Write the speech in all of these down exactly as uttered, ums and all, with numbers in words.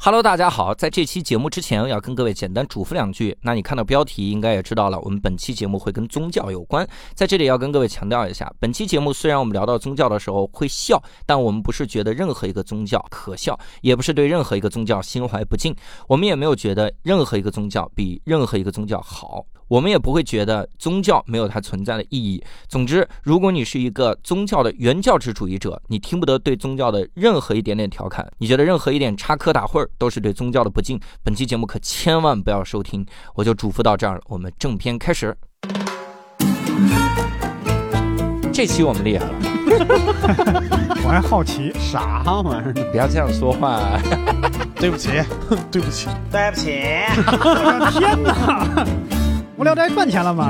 Hello， 大家好，在这期节目之前，要跟各位简单嘱咐两句。那你看到标题应该也知道了，我们本期节目会跟宗教有关。在这里要跟各位强调一下，本期节目虽然我们聊到宗教的时候会笑，但我们不是觉得任何一个宗教可笑，也不是对任何一个宗教心怀不敬，我们也没有觉得任何一个宗教比任何一个宗教好。我们也不会觉得宗教没有它存在的意义。总之，如果你是一个宗教的原教旨主义者，你听不得对宗教的任何一点点调侃，你觉得任何一点插科打诨都是对宗教的不敬，本期节目可千万不要收听。我就嘱咐到这儿了，我们正片开始。这期我们厉害了。 我还好奇啥玩意儿？ 不要这样说话。 对不起，对不起， 对不起。 我的天哪！无聊斋赚钱了吗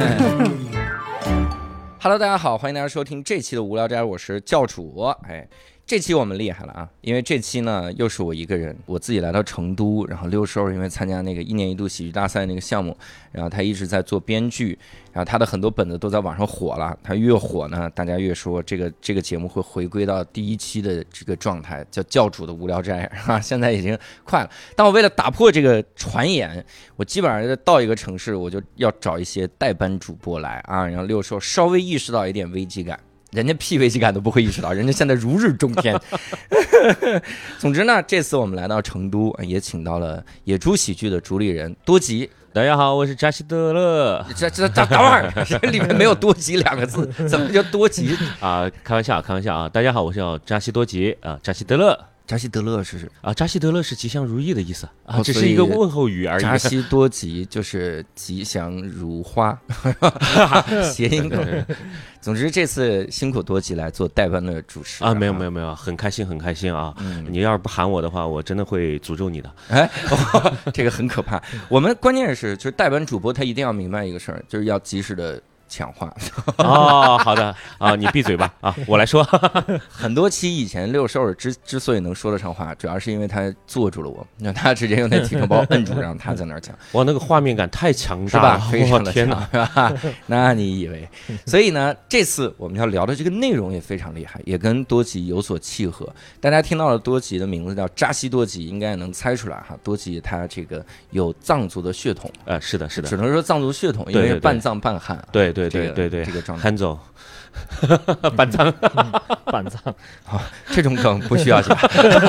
？Hello， 大家好，欢迎大家收听这期的无聊斋，我是教主。哎，这期我们厉害了啊！因为这期呢又是我一个人，我自己来到成都，然后六兽因为参加那个一年一度喜剧大赛那个项目，然后他一直在做编剧，然后他的很多本子都在网上火了。他越火呢，大家越说这个这个节目会回归到第一期的这个状态，叫教主的无聊斋啊！现在已经快了，但我为了打破这个传言，我基本上到一个城市，我就要找一些代班主播来啊，然后六兽稍微意识到一点危机感。人家屁危机感都不会意识到，人家现在如日中天。总之呢，这次我们来到成都，也请到了野猪喜剧的主理人多吉。 大家好，我是扎西德勒。 这这这等会儿，这里面没有多吉两个字，怎么叫多吉啊？开玩笑，开玩笑啊！大家好，我是叫扎西多吉啊，扎西德勒。 扎西德勒是啊， 扎西德勒是吉祥如意的意思啊，只是一个问候语而已。 扎西多吉就是吉祥如花，谐音梗。总之这次辛苦多吉来做代班的主持啊，没有没有没有，很开心很开心啊！嗯、你要是不喊我的话，我真的会诅咒你的。 哎、哦，这个很可怕。我们关键是就是代班主播他一定要明白一个事儿，就是要及时的抢话。 哦，好的啊，你闭嘴吧啊，我来说。 很多期以前六兽之之所以能说得上话，主要是因为他坐住了我，那他直接用那体重包摁住，让他在那儿讲。 哇，那个画面感太强大了， 是吧？非常的天哪， 是吧？那你以为？所以呢，这次我们要聊的这个内容也非常厉害，也跟多吉有所契合。大家听到了多吉的名字叫扎西多吉，应该也能猜出来哈。多吉他这个有藏族的血统， 呃，是的，是的， 只能说藏族血统，因为半藏半汉。 对对。对对对， 这个状态， 汉走，半藏， 半藏， 好，这种梗不需要讲。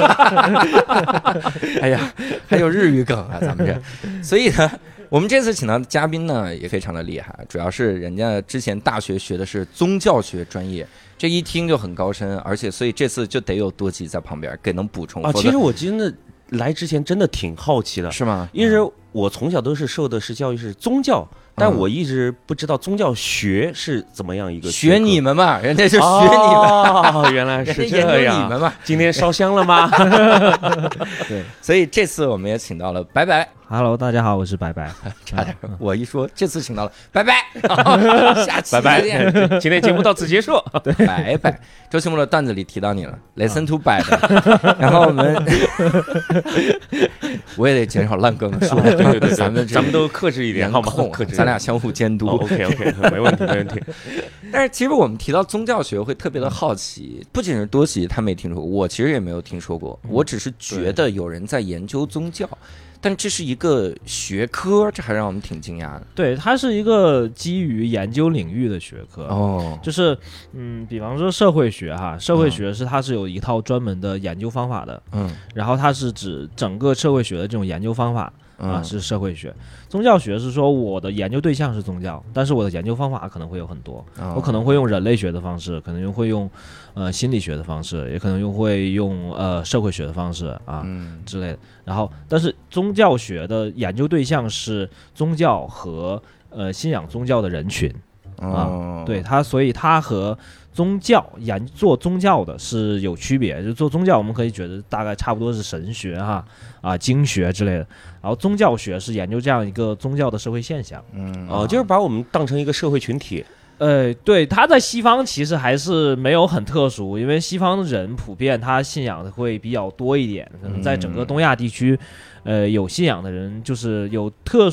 哎呀，还有日语梗啊，咱们这，所以呢，我们这次请到的嘉宾呢也非常的厉害，主要是人家之前大学学的是宗教学专业，这一听就很高深，而且所以这次就得有多吉在旁边给能补充啊。其实我真的来之前真的挺好奇的， 是吗？ 因为我从小都是受的是教育是宗教。但我一直不知道宗教学是怎么样一个学你们嘛，人家就学你们， 哦，原来是这样。 你们嘛， 今天烧香了吗？ 对，所以这次我们也请到了白白。 Hello， 大家好，我是白白。 差点，我一说这次请到了白白，下期拜拜。今天节目到此结束。 对，白白，周奇墨的段子里提到你了 ，Listen to 白白。然后我们，我也得减少烂梗的数， 对对对， 咱们咱们都克制一点，好吗？ 克制，咱俩相互监督。 OK OK， 没问题没问题。 但是其实我们提到宗教学会特别的好奇，不仅是多吉他没听说过，我其实也没有听说过，我只是觉得有人在研究宗教。但这是一个学科，这还让我们挺惊讶的。 对，它是一个基于研究领域的学科。 哦， 就是嗯，比方说社会学哈，社会学是它是有一套专门的研究方法的。嗯，然后它是指整个社会学的这种研究方法。啊，是社会学。宗教学是说我的研究对象是宗教，但是我的研究方法可能会有很多，哦、我可能会用人类学的方式，可能会用呃心理学的方式，也可能又会用呃社会学的方式啊、嗯、之类的。然后，但是宗教学的研究对象是宗教和呃信仰宗教的人群啊，哦、对它，所以它和宗教研做宗教的是有区别，就做宗教我们可以觉得大概差不多是神学哈啊经学之类的，然后宗教学是研究这样一个宗教的社会现象， 嗯哦，就是把我们当成一个社会群体。 呃，对，他在西方其实还是没有很特殊，因为西方人普遍他信仰的会比较多一点，可能在整个东亚地区，呃，有信仰的人就是有特殊。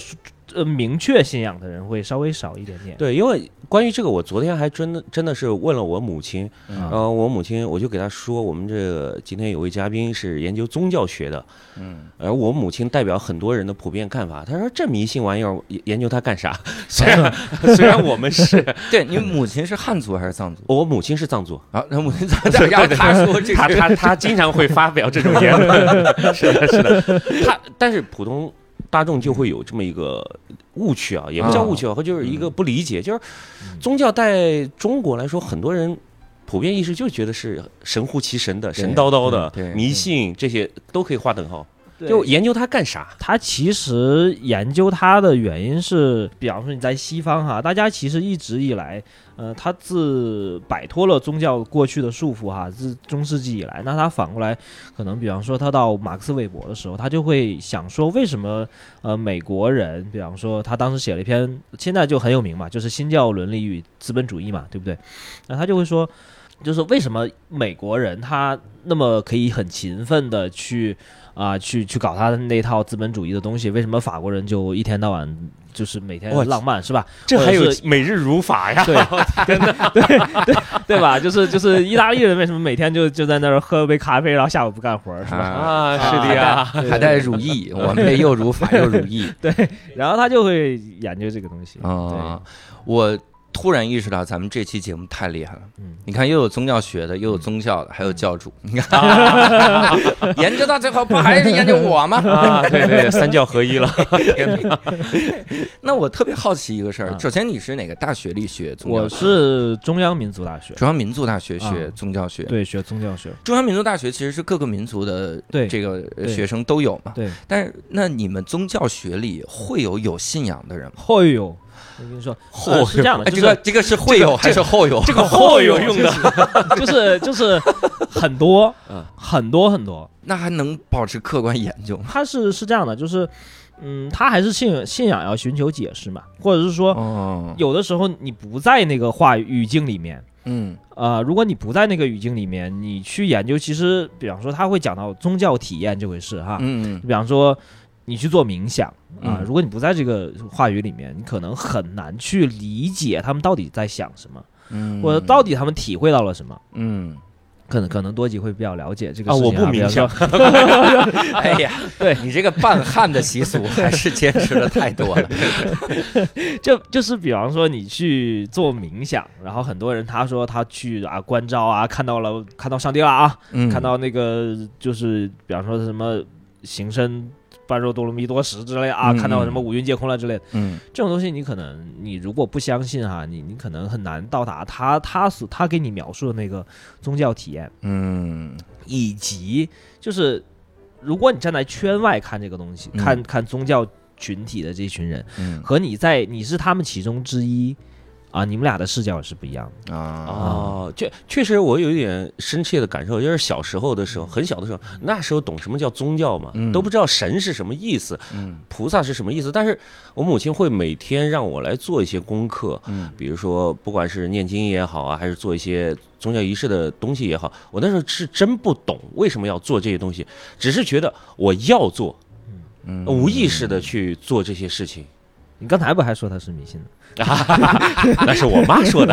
呃明确信仰的人会稍微少一点点。 对，因为关于这个，我昨天还真的真的是问了我母亲， 嗯、 呃，我母亲我就给她说，我们这个今天有位嘉宾是研究宗教学的， 嗯， 而我母亲代表很多人的普遍看法，她说这迷信玩意儿研究它干啥？虽然虽然我们是对，你母亲是汉族还是藏族？ 我母亲是藏族啊，那母亲藏族，然后她说这个， 她她她经常会发表这种言论，是的，是的，她但是普通大众就会有这么一个误区啊，也不叫误区啊，或就是一个不理解，就是宗教在中国来说，很多人普遍意识就觉得是神乎其神的、神叨叨的、迷信，这些都可以划等号。就研究它干啥？ 它其实研究它的原因是，比方说你在西方哈，大家其实一直以来，呃，他自摆脱了宗教过去的束缚哈，自中世纪以来，那他反过来，可能比方说他到马克思韦伯的时候，他就会想说，为什么呃美国人，比方说他当时写了一篇，现在就很有名嘛，就是《新教伦理与资本主义》嘛，对不对？那他就会说，就是为什么美国人他那么可以很勤奋的去。啊，去去搞他的那套资本主义的东西，为什么法国人就一天到晚就是每天浪漫是吧？ 这还有每日如法呀？ 对，真的，对对对吧？就是就是意大利人为什么每天就就在那儿喝杯咖啡，然后下午不干活是吧？ 啊，是的呀， 还带乳液，我们又如法又乳液。 对，然后他就会研究这个东西啊，我。突然意识到咱们这期节目太厉害了，嗯，你看又有宗教学的，又有宗教的，还有教主，你看，啊、研究到最后不还是研究我吗？ 啊，对对，三教合一了。 那我特别好奇一个事儿，首先你是哪个大学里学宗教学？ 我是中央民族大学， 中央民族大学学宗教学， 啊、对，学宗教学。 中央民族大学其实是各个民族的这个学生都有嘛， 对。对但是那你们宗教学里会有有信仰的人吗？ 会有。我跟你说，呃、是这样的，就是、 这个这个是会有还是后有？ 这个后有用的， 就是就是很多，很多很多。 那还能保持客观研究吗？ 它是是这样的，就是嗯，他还是信信仰要寻求解释嘛，或者是说，哦、有的时候你不在那个话语境里面， 嗯， 呃，如果你不在那个语境里面，你去研究，其实比方说他会讲到宗教体验这回事哈， 嗯， 比方说。你去做冥想啊、呃嗯， 如果你不在这个话语里面，你可能很难去理解他们到底在想什么， 嗯， 或者到底他们体会到了什么， 嗯， 可能可能多吉会比较了解这个事情、啊。我不冥想， 哎呀，对你这个半汉的习俗还是坚持的太多了。 就就是比方说你去做冥想，然后很多人他说他去啊观照啊，看到了看到上帝了啊、嗯，看到那个就是比方说什么行深。般若波罗蜜多时之类啊、嗯，看到什么五蕴皆空了之类的， 嗯， 这种东西你可能你如果不相信哈，你你可能很难到达他他所他给你描述的那个宗教体验， 嗯， 以及就是如果你站在圈外看这个东西，嗯、看看宗教群体的这群人， 嗯， 和你在你是他们其中之一。啊，你们俩的视角是不一样的啊！ 哦，确确实，我有一点深切的感受，就是小时候的时候，很小的时候，那时候懂什么叫宗教嘛， 嗯、 都不知道神是什么意思， 嗯， 菩萨是什么意思。但是我母亲会每天让我来做一些功课， 嗯， 比如说不管是念经也好啊，还是做一些宗教仪式的东西也好，我那时候是真不懂为什么要做这些东西，只是觉得我要做， 嗯， 无意识的去做这些事情。 你刚才不还说他是迷信的？ 那是我妈说的。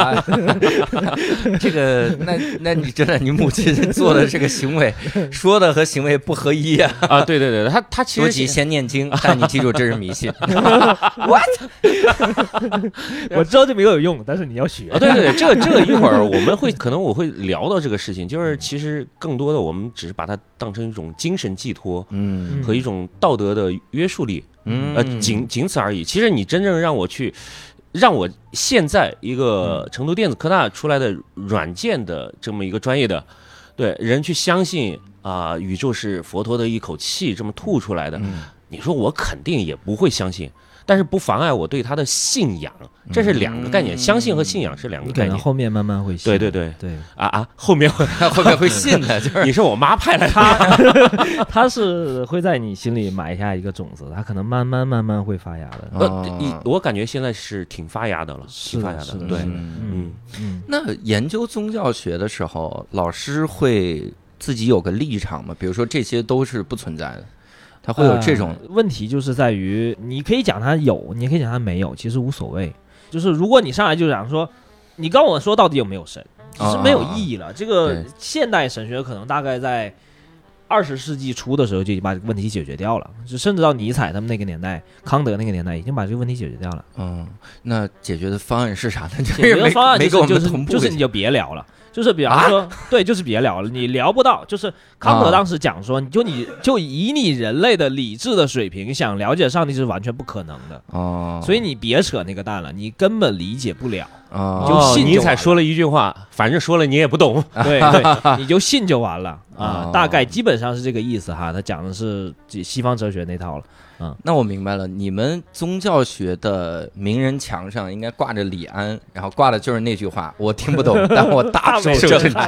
这个，那那你真的，你母亲做的这个行为，说的和行为不合一啊！ 啊，对对对，他他其实先念经，但你记住这是迷信。What？ 我知道这没有用，但是你要学。 啊，对对对，这个这个一会儿我们会可能我会聊到这个事情，就是其实更多的我们只是把它当成一种精神寄托， 嗯， 和一种道德的约束力。 嗯， 呃，仅仅此而已。其实你真正让我去，让我现在一个成都电子科大出来的软件的这么一个专业的，对人去相信啊、呃，宇宙是佛陀的一口气这么吐出来的， 嗯、 你说我肯定也不会相信。但是不妨碍我对他的信仰，这是两个概念，嗯、相信和信仰是两个概念。 你可能后面慢慢会信。 对对对对啊啊，后面会后面会信的，就是你是我妈派来他，他是会在你心里埋下一个种子，他可能慢慢慢慢会发芽的。 呃，我感觉现在是挺发芽的了，挺发芽的。对， 嗯嗯。那研究宗教学的时候，老师会自己有个立场吗？比如说这些都是不存在的。 它会有这种、 呃、问题，就是在于你可以讲它有，你也可以讲它没有，其实无所谓。就是如果你上来就讲说，你跟我说到底有没有神，其实没有意义了。啊、这个现代神学可能大概在二十世纪初的时候就已经把这个问题解决掉了，就甚至到尼采他们那个年代，康德那个年代已经把这个问题解决掉了。 嗯，那解决的方案是啥呢？ 解决的方案就是就是同步就是你就别聊了。就是比方说、啊，对，就是别聊了，你聊不到。就是康德当时讲说，你就你就以你人类的理智的水平想了解上帝是完全不可能的哦，所以你别扯那个蛋了，你根本理解不了哦。你就信就尼采说了一句话，反正说了你也不懂， 对对，你就信就完了啊、哦。大概基本上是这个意思哈。他讲的是西方哲学那套了。嗯， 那我明白了，你们宗教学的名人墙上应该挂着李安，然后挂的就是那句话，我听不懂，但我大受震撼。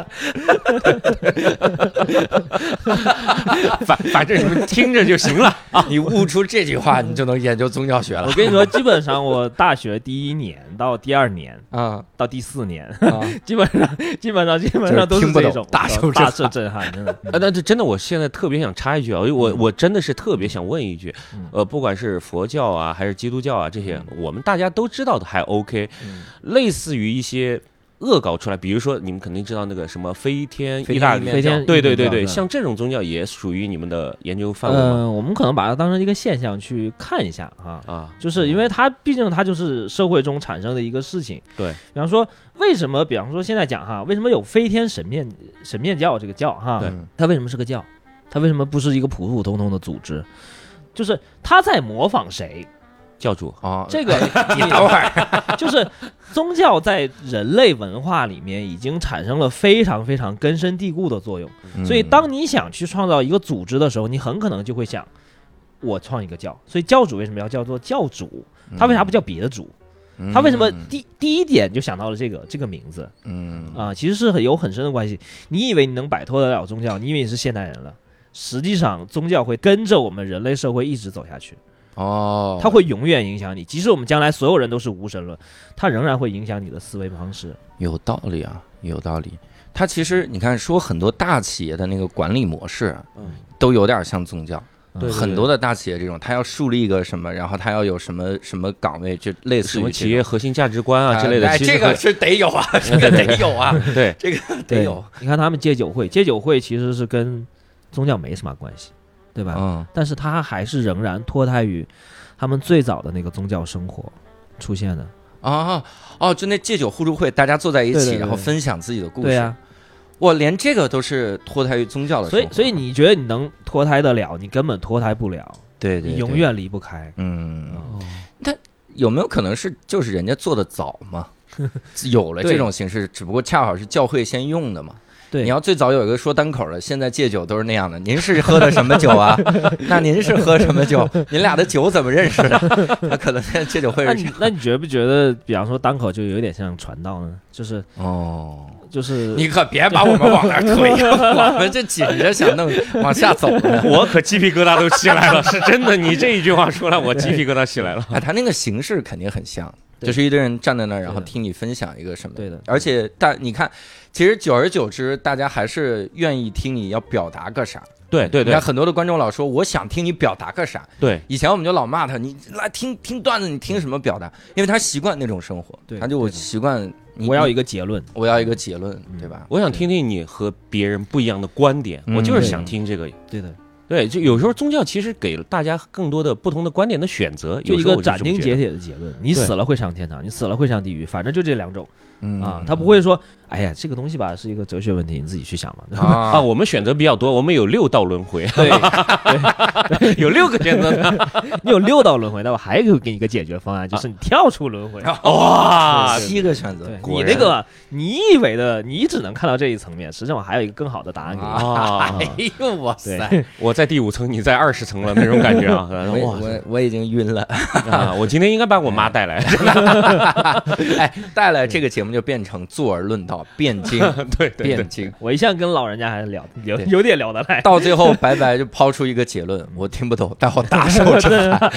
反反正你们听着就行了啊！ 你悟出这句话，你就能研究宗教学了。 我跟你说，基本上我大学第一年到第二年啊，到第四年啊，基本上基本上基本上都是这种大受大受震撼，真的。 啊，但是真的，我现在特别想插一句啊，我我真的是特别想问一句。呃，不管是佛教啊，还是基督教啊，这些、嗯、我们大家都知道的还 OK、嗯。类似于一些恶搞出来，比如说你们肯定知道那个什么飞天意大利教，对对对对，像这种宗教也属于你们的研究范围吗？ 呃，我们可能把它当成一个现象去看一下啊啊，就是因为它毕竟它就是社会中产生的一个事情。 对， 比方说为什么，比方说现在讲哈，为什么有飞天神面神面教这个教哈？对，它为什么是个教？它为什么不是一个普普通通的组织？就是他在模仿谁？ 教主啊、哦， 这个你等会儿， 就是宗教在人类文化里面已经产生了非常非常根深蒂固的作用、嗯，所以当你想去创造一个组织的时候，你很可能就会想，我创一个教。所以教主为什么要叫做教主？他为啥不叫别的主？嗯、他为什么第第一点就想到了这个这个名字？嗯啊，其实是很有很深的关系。你以为你能摆脱得了宗教？你以为你是现代人了？实际上，宗教会跟着我们人类社会一直走下去。哦，它会永远影响你。即使我们将来所有人都是无神论，它仍然会影响你的思维方式。 有道理啊，有道理。它其实你看，说很多大企业的那个管理模式，嗯，都有点像宗教。 对对对， 很多的大企业这种，它要树立一个什么，然后它要有什么什么岗位，就类似于什么企业核心价值观啊之类的。 哎，这个是得有啊，这个得有啊， 对， 这个得有。 你看他们戒酒会，戒酒会其实是跟宗教没什么关系，对吧？嗯，但是它还是仍然脱胎于他们最早的那个宗教生活出现的啊哦，就那戒酒互助会，大家坐在一起，对对对，然后分享自己的故事。 对啊， 我连这个都是脱胎于宗教的生活。 所以，所以你觉得你能脱胎得了？你根本脱胎不了。 对 对, 对， 你永远离不开。 嗯，哦、但有没有可能是就是人家做的早嘛？有了这种形式，只不过恰好是教会先用的嘛。 对， 你要最早有一个说单口的，现在戒酒都是那样的。您是喝的什么酒啊？那您是喝什么酒？您俩的酒怎么认识的？那可能现在戒酒会是。 那你那你觉不觉得，比方说单口就有点像传道呢？就是哦， 就是你可别把我们往那儿推，我们这紧着想弄往下走呢。 我可鸡皮疙瘩都起来了，是真的。你这一句话说了，我鸡皮疙瘩起来了。 哎，他那个形式肯定很像。就是一堆人站在那儿，然后听你分享一个什么。 对的， 而且大你看，其实久而久之，大家还是愿意听你要表达个啥。 对对对， 你看很多的观众老说，我想听你表达个啥。 对， 以前我们就老骂他，你来听听段子，你听什么表达？因为他习惯那种生活， 对， 他就我习惯， 我要一个结论， 我要一个结论，对吧？ 我想听听你和别人不一样的观点，我就是想听这个。 对的。 对，就有时候宗教其实给了大家更多的不同的观点的选择， 就一个斩钉截铁的结论：你死了会上天堂，你死了会上地狱，反正就这两种。嗯啊，他不会说，哎呀，这个东西吧是一个哲学问题，你自己去想嘛。 啊, 啊，我们选择比较多，我们有六道轮回， 对，对有六个选择呢。 你有六道轮回，那我还有给你一个解决方案，就是你跳出轮回。 哇，七个选择， 你那个你以为的，你只能看到这一层面，实际上我还有一个更好的答案给你。 啊，哎呦哇塞， 我在第五层，你在二十层了，那种感觉啊。 我我我已经晕了啊！我今天应该把我妈带来。 哎，带来这个节目。就变成坐而论道，辩经， 对， 辩经。 我一向跟老人家还是聊有有点聊得来。 到最后，白白就抛出一个结论，我听不懂，但我大受震撼。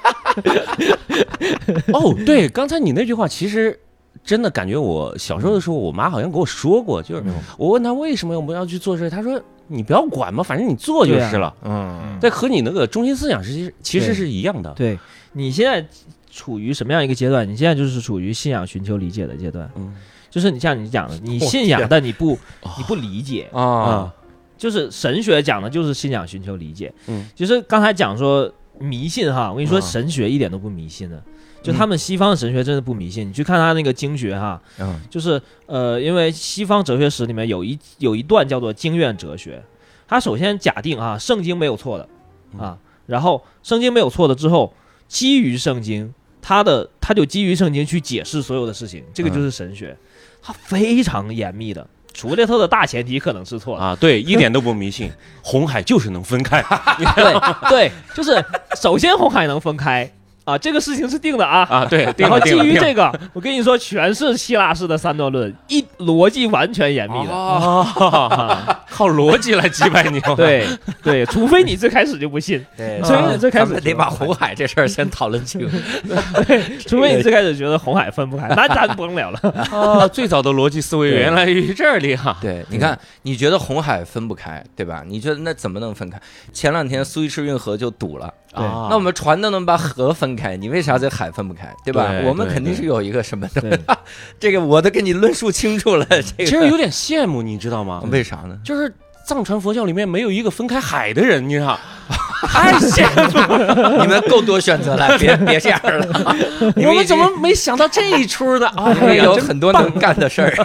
哦，对，刚才你那句话，其实真的感觉我小时候的时候，我妈好像跟我说过，就是我问她为什么我们要去做这，她说你不要管嘛，反正你做就是了。 嗯， 这和你那个中心思想是其实是一样的。 对，你现在处于什么样一个阶段？你现在就是处于信仰寻求理解的阶段。嗯，就是你像你讲的，你信仰但你不你不理解啊。就是神学讲的就是信仰寻求理解。嗯，就是刚才讲说迷信哈，我跟你说，神学一点都不迷信的。就他们西方的神学真的不迷信，你去看他那个经学哈，嗯，就是呃，因为西方哲学史里面有一有一段叫做经院哲学，他首先假定啊，圣经没有错的啊，然后圣经没有错的之后，基于圣经，他的他就基于圣经去解释所有的事情，这个就是神学，他非常严密的。除了它的大前提可能是错的啊，对，一点都不迷信，红海就是能分开， 对对，就是首先红海能分开。啊，这个事情是定的啊啊，对， 然后基于这个，我跟你说，全是希腊式的三段论，一逻辑完全严密的， 哦啊、靠逻辑来击败你。 对对，除非你最开始就不信， 对， 所以你最开始得把红海这事儿先讨论清楚。 对，除非你最开始觉得红海分不开，那咱不能了了。 啊，最早的逻辑思维原来于这里哈。 对，你看，你觉得红海分不开，对吧？你觉得那怎么能分开？前两天苏伊士运河就堵了。啊，那我们船都能把河分开，你为啥这海分不开，对吧？ 对我们肯定是有一个什么的，这个我都跟你论述清楚了。这个其实有点羡慕，你知道吗？ 为啥呢？ 就是藏传佛教里面没有一个分开海的人，你知道？太羡慕了， 你们够多选择了，别别这样了。 我们怎么没想到这一出呢？ 啊，因为有很多能干的事儿。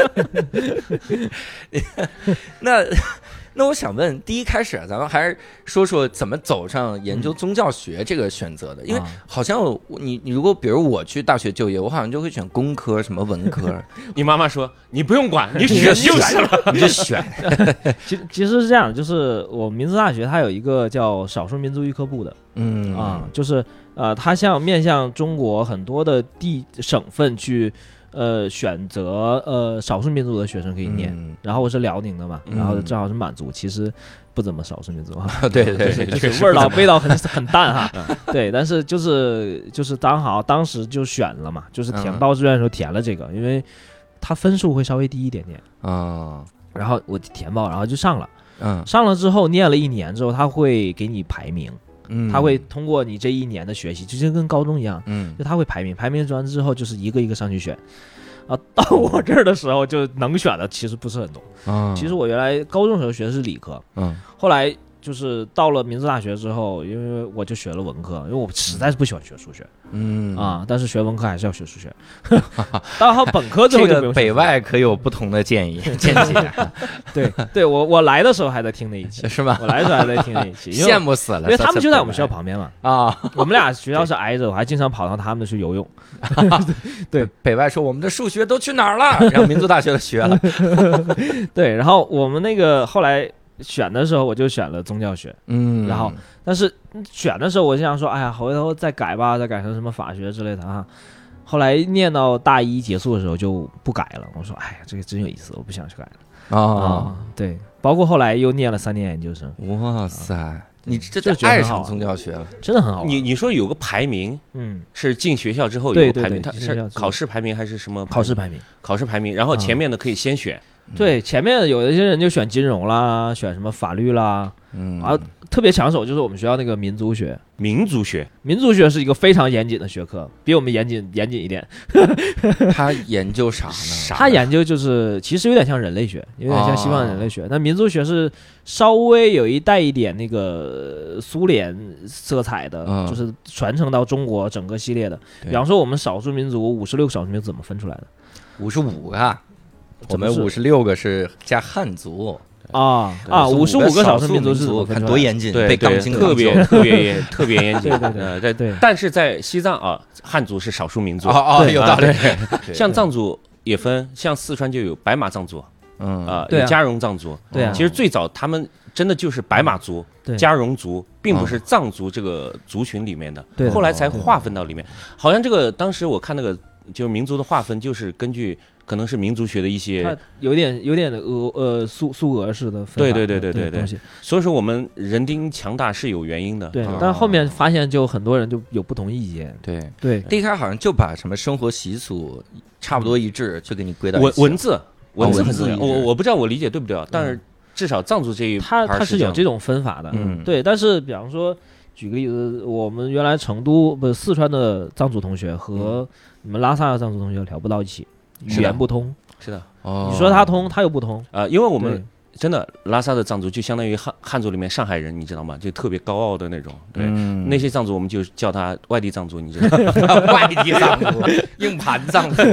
那。那我想问，第一开始咱们还是说说怎么走上研究宗教学这个选择的，因为好像你你如果比如我去大学就业，我好像就会选工科什么文科。 你妈妈说你不用管，你选就是了， 你就选。 其其实是这样，就是我们民族大学它有一个叫少数民族预科部的，嗯啊，就是呃，它像面向中国很多的地省份去。呃，选择呃少数民族的学生可以念，嗯、然后我是辽宁的嘛，嗯、然后正好是满族，其实不怎么少数民族哈， 对对对， 就是味道味道很很淡哈，对，但是就是就是刚好当时就选了嘛，就是填报志愿的时候填了这个，因为它分数会稍微低一点点啊，哦、然后我填报，然后就上了，嗯，上了之后念了一年之后，他会给你排名。嗯，他会通过你这一年的学习，就跟高中一样，嗯，就他会排名，排名完之后就是一个一个上去选，啊，到我这儿的时候就能选的其实不是很多，啊，其实我原来高中时候学的是理科，嗯，后来就是到了民族大学之后，因为我就学了文科，因为我实在是不喜欢学数学，嗯啊，但是学文科还是要学数学。到了本科之后就不用学， 这个北外可有不同的建议见解。 对对，我我来的时候还在听那一期， 是吗？ 我来的时候还在听那一期， 羡慕死了， 因为他们就在我们学校旁边嘛。啊，我们俩学校是挨着，我还经常跑到他们那去游泳。对， 北外说我们的数学都去哪儿了？然后民族大学的学了。 对，然后我们那个后来。选的时候我就选了宗教学，嗯，然后但是选的时候我就想说，哎呀，回头再改吧，再改成什么法学之类的啊。后来念到大一结束的时候就不改了，我说，哎呀，这个真有意思，我不想去改了啊、哦。对，包括后来又念了三年研究生。 哇塞，啊、你这就爱上宗教学了， 真的很好。 你你说有个排名，嗯，是进学校之后有个排名，它是考试排名还是什么？ 考试排名， 考试排名，然后前面的可以先选。 对，前面有一些人就选金融啦，选什么法律啦，嗯，啊，特别抢手就是我们学校那个民族学。 民族学， 民族学是一个非常严谨的学科，比我们严谨严谨一点。 他研究啥呢？ 他研究就是其实有点像人类学，有点像西方人类学。那、哦、民族学是稍微有一带一点那个苏联色彩的，嗯、就是传承到中国整个系列的。比方说我们少数民族五十六个少数民族怎么分出来的？ 五十五个。我们五十六个是加汉族啊啊，五十五个少数民族是看多严谨， 对， 钢筋特别特别特别严谨， 对对对对。 但是在西藏啊，汉族是少数民族， 哦哦，有道理。 像藏族也分，像四川就有白马藏族，嗯啊，有加绒藏族， 对啊。 其实最早他们真的就是白马族、加绒族，并不是藏族这个族群里面的，后来才划分到里面。好像这个当时我看那个就是民族的划分，就是根据。可能是民族学的一些， 它有点有点俄呃苏苏俄式的分法， 对对对对对对。所以说我们人丁强大是有原因的， 对。但是后面发现就很多人就有不同意见， 对对。 第一开始好像就把什么生活习俗差不多一致，就给你归到文文字文字很重要。 我我我不知道我理解对不对啊？但是至少藏族这一它它是有这种种分法的， 嗯， 对。但是比方说，举个例子，我们原来成都不是四川的藏族同学和你们拉萨的藏族同学聊不到一起，语言不通。 是的， 哦， 你说他通，他又不通。 呃，因为我们真的拉萨的藏族就相当于汉汉族里面上海人，你知道吗？就特别高傲的那种。对， 嗯、 那些藏族我们就叫他外地藏族，你知道吗？ 外地藏族，硬盘藏族。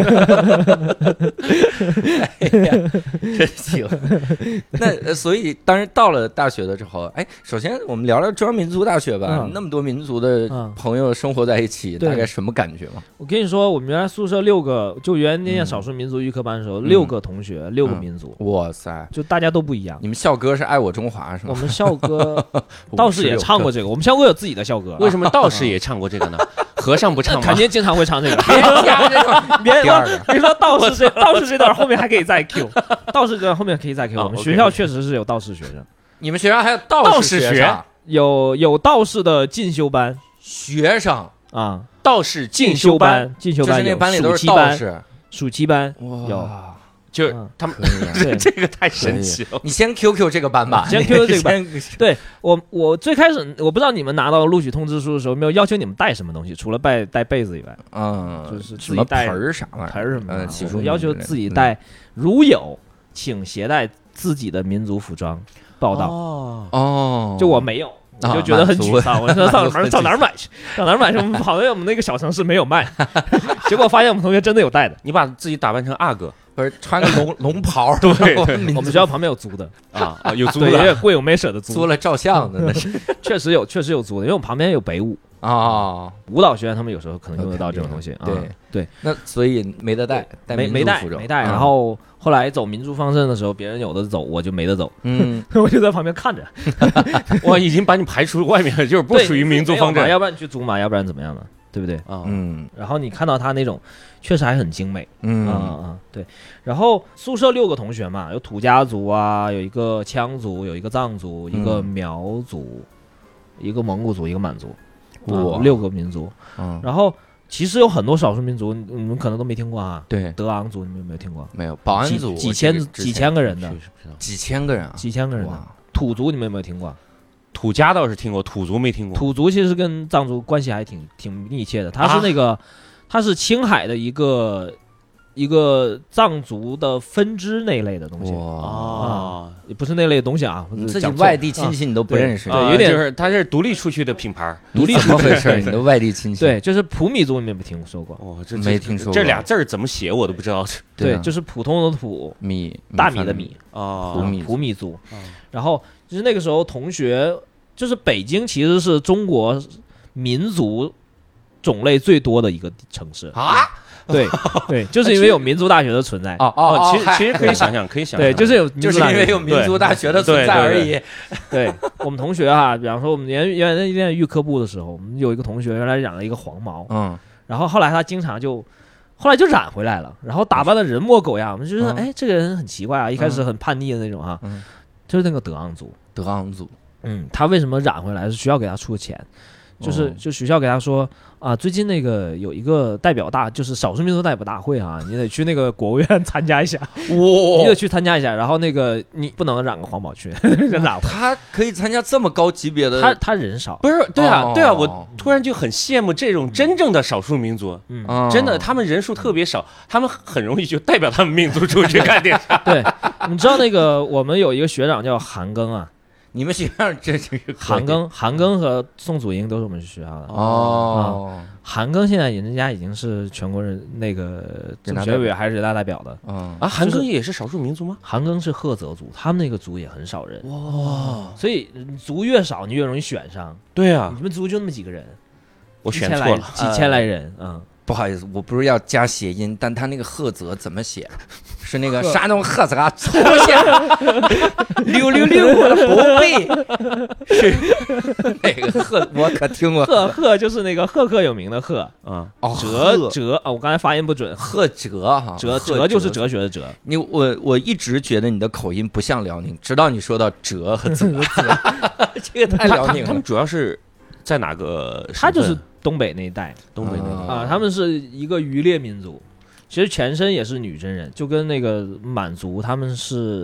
哎呀，真行。那所以当时到了大学的时候，哎，首先我们聊聊中央民族大学吧。嗯、那么多民族的朋友生活在一起，嗯、大概什么感觉吗？ 我跟你说，我们原来宿舍六个，就原来念少数民族预科班的时候，嗯、六个同学，嗯、六个民族。 哇塞！ 就大家都不一样。 你们校歌是爱我中华是吗？ 我们校歌道士也唱过这个，我们校歌有自己的校歌。 为什么道士也唱过这个呢？和尚不唱吗？ 肯定经常会唱这个。 别加这种， 别说别说道士这道士这段后面还可以再 Q， 道士这段后面可以再 Q。我们学校确实是有道士学生。 你们学校还有道士学生？ 有有道士的进修班学生啊， 道士进修班， 进修班就是那班里都是道士， 暑期班有。 就是他们这这个太神奇了。 你先 Q Q 这个班吧， 先 Q Q 这个班。对我我最开始我不知道你们拿到录取通知书的时候没有要求你们带什么东西，除了带带被子以外， 嗯， 就是什么盆儿啥玩意儿， 盆儿什么的， 洗漱要求自己带，如有请携带自己的民族服装报到。 哦， 就我没有。我就觉得很沮丧，我说上哪儿上哪儿买去？上哪儿买去？好像我们那个小城市没有卖，结果发现我们同学真的有带的。 你把自己打扮成阿哥， 不是穿个龙龙袍？ 对， 我们学校旁边有租的啊啊，有租的，有点贵，我没舍得租。 租了照相的那是， 确实有，确实有租的，因为我们旁边有北舞啊， 舞蹈学院他们有时候可能用得到这种东西。 对对， 那所以没得带， 没没带没带。然后后来走民族方阵的时候，别人有的走，我就没得走。嗯，我就在旁边看着。 我已经把你排除外面了，就是不属于民族方阵， 要不然你去租嘛，要不然怎么样呢？对不对啊？ 嗯。 然后你看到他那种，确实还很精美。 嗯啊啊对。然后宿舍六个同学嘛，有土家族啊，有一个羌族，有一个藏族，一个苗族，一个蒙古族，一个满族。哇，六个民族。嗯。然后。其实有很多少数民族，你们可能都没听过啊。 对， 德昂族你们有没有听过？ 没有，保安族几千几千个人的， 几千个人啊， 几千个人的。土族你们有没有听过？ 土家倒是听过，土族没听过。 土族其实跟藏族关系还挺挺密切的，他是那个，他是青海的一个一个藏族的分支那类的东西啊，也不是那类的东西啊， 你自己外地亲戚你都不认识， 对，有点就是他是独立出去的品牌， 独立怎么回事？你的外地亲戚对，就是普米族，你们有没有听说过？ 哦，这没听说过， 这俩字儿怎么写我都不知道。 对，就是普通的普米大米的米啊， 普米普米族。然后就是那个时候同学，就是北京其实是中国民族种类最多的一个城市啊。 对对，就是因为有民族大学的存在哦哦， 其实其实可以想想，可以想对，就是有就是因为有民族大学的存在而已。 对我们同学哈，比方说我们原原来念预科部的时候，我们有一个同学原来染了一个黄毛，嗯，然后后来他经常就后来就染回来了，然后打扮的人模狗样，我们就觉得哎，这个人很奇怪啊，一开始很叛逆的那种哈，就是那个德昂族， 德昂族， 嗯，他为什么染回来？是学校给他出钱。就是就学校给他说啊，最近那个有一个代表大，就是少数民族代表大会啊，你得去那个国务院参加一下，你得去参加一下。然后那个你不能染个黄毛去，染他可以参加这么高级别的， 他他人少， 不是？对啊，对啊，我突然就很羡慕这种真正的少数民族，嗯，真的，他们人数特别少，他们很容易就代表他们民族出去干点啥。 对，你知道那个我们有一个学长叫韩庚啊。 你们学校这是韩庚，韩庚和宋祖英都是我们学校的哦、 啊。韩庚现在人家已经是全国人那个政协委还是人大代表的。 嗯啊，韩庚也是少数民族吗？ 韩庚是赫泽族，他们那个族也很少人。 哇， 所以族越少，你越容易选上。 对啊， 你们族就那么几个人， 我选错了， 几千来人啊。嗯不好意思，我不是要加谐音，但他那个赫泽怎么写？是那个山东赫泽出现六六六我的宝贝，是那个赫，我可听过。 赫赫就是那个赫赫有名的赫啊，哦， 哲哲啊，我刚才发音不准， 赫哲哈， 哲哲就是哲学的哲。 你我我一直觉得你的口音不像辽宁，直到你说到哲和泽，这个太辽宁了。 他们主要是在哪个？ 他就是东北那一带， 东北那一带啊，他们是一个渔猎民族，其实全身也是女真人，就跟那个满族他们是大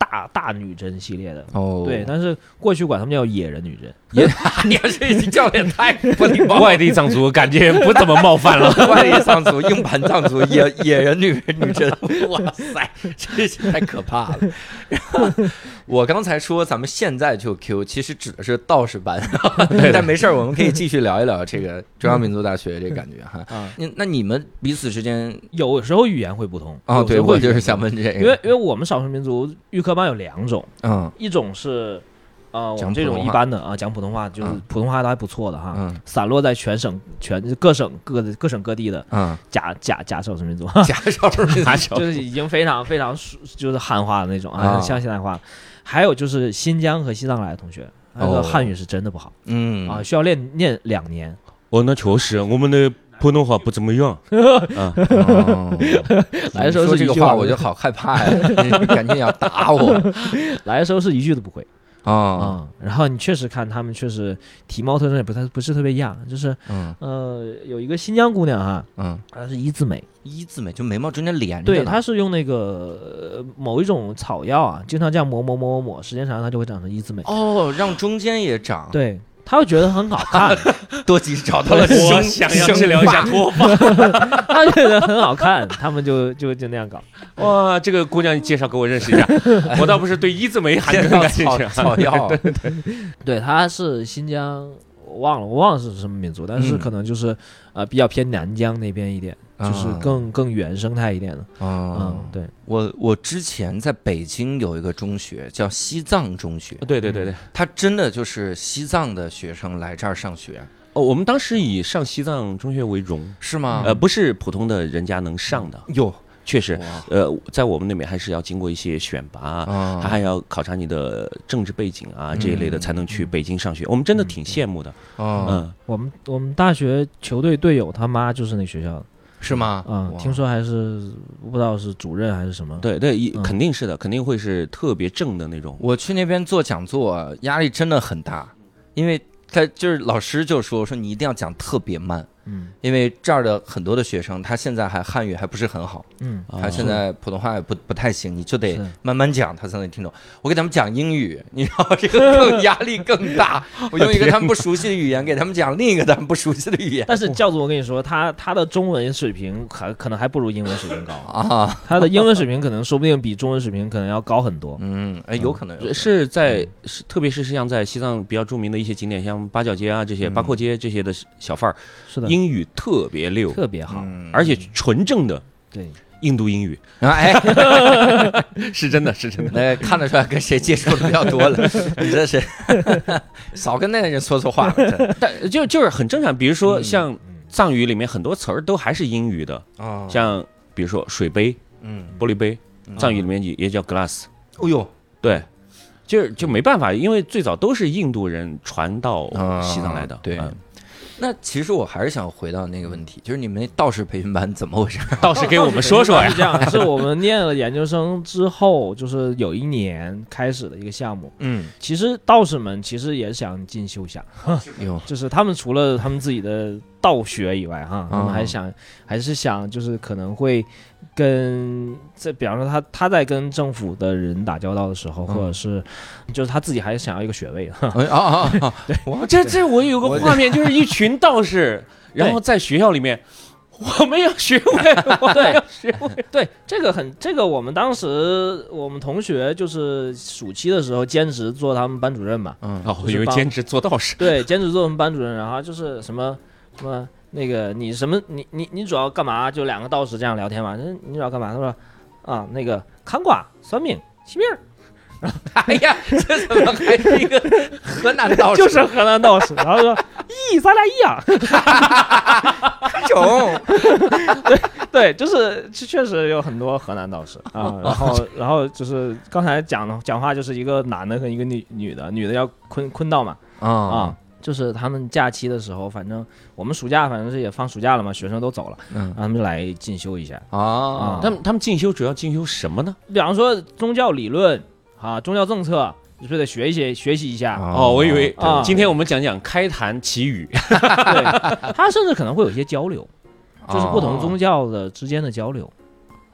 大大女真系列的哦， 对，但是过去管他们叫野人女真。 也你这叫的也太不礼貌了。 外地藏族感觉不怎么冒犯了。 外地藏族、硬盘藏族、野野人女女真，哇塞，这太可怕了。然后我刚才说咱们现在就 Q， 其实指的是道士班，但没事儿，我们可以继续聊一聊这个中央民族大学这感觉哈。啊，那你们彼此之间有时候语言会不同哦，对，我就是想问这个， 因为因为我们少数民族预科班有两种， 嗯， 一种是。呃，我们这种一般的啊，讲普通话就是普通话都还不错的哈，嗯，散落在全省、全各省各的各省各地的，嗯，假假假少数民族， 假少数民族就是已经非常非常就是汉化的那种啊，像现代化。还有就是新疆和西藏来的同学，那个汉语是真的不好，嗯啊，需要练念两年。 哦，那确实，我们的普通话不怎么样。 啊，来的时候说这个话我就好害怕呀，你赶紧要打我。 来的时候是一句都不会。 啊、哦嗯，然后你确实看他们确实体貌特征也不太不是特别一样，就是、嗯、呃有一个新疆姑娘哈，嗯，她是一字眉， 一字眉就眉毛中间连着， 对，她是用那个、呃、某一种草药啊，经常这样抹抹抹抹抹，时间长它就会长成一字眉。 哦，让中间也长， 对。他会觉得很好看， 多吉找到了我想要治疗一下脱发， 他觉得很好看，他们就就就那样搞。 哇，这个姑娘介绍给我认识一下，我倒不是对一字眉还更感兴趣。 草药， 对对对，对，他是新疆，我忘了我忘了是什么民族，但是可能就是、嗯、呃比较偏南疆那边一点。就是更更原生态一点的， 嗯， 嗯对我我之前在北京有一个中学叫西藏中学， 对对对对， 他真的就是西藏的学生来这儿上学。 哦，我们当时以上西藏中学为荣， 是吗？ 呃，不是普通的人家能上的， 哟。 确实，呃，在我们那边还是要经过一些选拔，哦、他还要考察你的政治背景啊、嗯、这一类的，才能去北京上学。我们真的挺羡慕的。 哦、 嗯，我们我们大学球队队友他妈就是那学校的。 是吗？ 嗯，听说还是不知道是主任还是什么。 对对，肯定是的，肯定会是特别正的那种。 我去那边做讲座，压力真的很大，因为他就是老师就说说你一定要讲特别慢。嗯，因为这儿的很多的学生，他现在还汉语还不是很好，嗯，他现在普通话也不不太行，你就得慢慢讲，他才能听懂。我给他们讲英语，你知道这个更压力更大。我用一个他们不熟悉的语言给他们讲另一个他们不熟悉的语言。 但是教主，我跟你说，他他的中文水平还可能还不如英文水平高啊，他的英文水平可能说不定比中文水平可能要高很多。 嗯，哎，有可能有是在，是特别是像在西藏比较著名的一些景点，像八角街啊这些、八廓街这些的小贩儿， 是的。 英语特别溜， 特别好， 嗯、 而且纯正的对印度英语， 哎， 是真的，是真的。 那看得出来跟谁接触的比较多了，你这是少跟那人说错话了。 但就就是很正常，比如说像藏语里面很多词儿都还是英语的， 嗯、 像比如说水杯， 嗯， 玻璃杯，藏语里面也也叫 glass。 哦呦， 对。就就没办法，因为最早都是印度人传到西藏来的， 嗯、对。嗯那其实我还是想回到那个问题，就是你们那道士培训班怎么回事？ 道士给我们说说呀。 是这样，是我们念了研究生之后，就是有一年开始的一个项目。嗯，其实道士们其实也想进修一下，就是他们除了他们自己的道学以外，哈，他们还想还是想就是可能会跟这，比方说他他在跟政府的人打交道的时候，或者是就是他自己还想要一个学位。 啊啊啊！ 对，这这我有个画面，就是一群道士，然后在学校里面，我们要学位， 对，学位，对，这个很，这个我们当时我们同学就是暑期的时候兼职做他们班主任嘛， 嗯，哦，因为兼职做道士， 对，兼职做他们班主任，然后就是什么什么那个你什么你你你主要干嘛？就两个道士这样聊天嘛，你主要干嘛？他说啊，那个看卦、算命、起命。 哎呀，这怎么还是一个河南道士？ 就是河南道士。然后说，咦，咱俩一样。 种。 对对，就是确实有很多河南道士啊。然后然后就是刚才讲的讲话，就是一个男的和一个女女的，女的叫坤坤道嘛。啊啊。就是他们假期的时候，反正我们暑假反正是也放暑假了嘛，学生都走了，嗯，让他们就来进修一下啊。啊他们他们进修主要进修什么呢？ 比方说宗教理论啊，宗教政策，是不是得学一些学习一下？ 哦，我以为、啊、今天我们讲讲开坛祈语， 对，他甚至可能会有一些交流，就是不同宗教的之间的交流。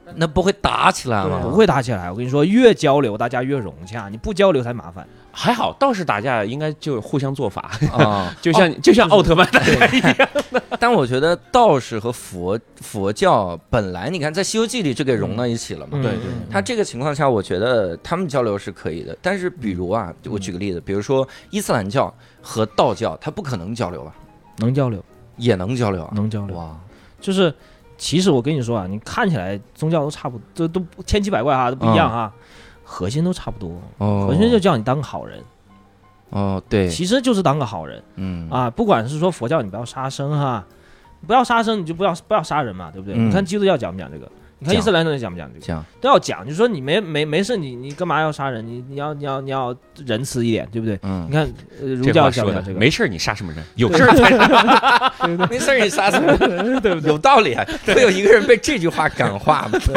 那不会打起来吗？ 不会打起来。我跟你说，越交流大家越融洽，你不交流才麻烦。 还好，道士打架应该就互相做法啊， 就像、哦、就像奥特曼打架一样的。 但我觉得道士和佛佛教本来你看在《西游记》里就给融到一起了嘛。 嗯、对对。 他这个情况下，我觉得他们交流是可以的。但是比如啊，我举个例子，比如说伊斯兰教和道教，它不可能交流吧？ 能交流， 也能交流啊， 能交流。 哇， 就是。其实我跟你说啊，你看起来宗教都差不多，这都千奇百怪哈，都不一样哈，嗯、核心都差不多。 哦， 核心就叫你当个好人。 哦，对， 其实就是当个好人。 嗯啊，不管是说佛教你不要杀生哈，不要杀生你就不要不要杀人嘛，对不对？嗯、你看基督教讲不讲这个？你看伊斯兰教讲不讲这个？ 讲都要讲，就是说你没没没事，你你干嘛要杀人？你你要你要你要仁慈一点，对不对？ 嗯， 你看、呃、儒教讲不讲这个？ 没事你杀什么人？有事才杀。 没事你杀什么人？对不对？有道理啊！会有一个人被这句话感化吗？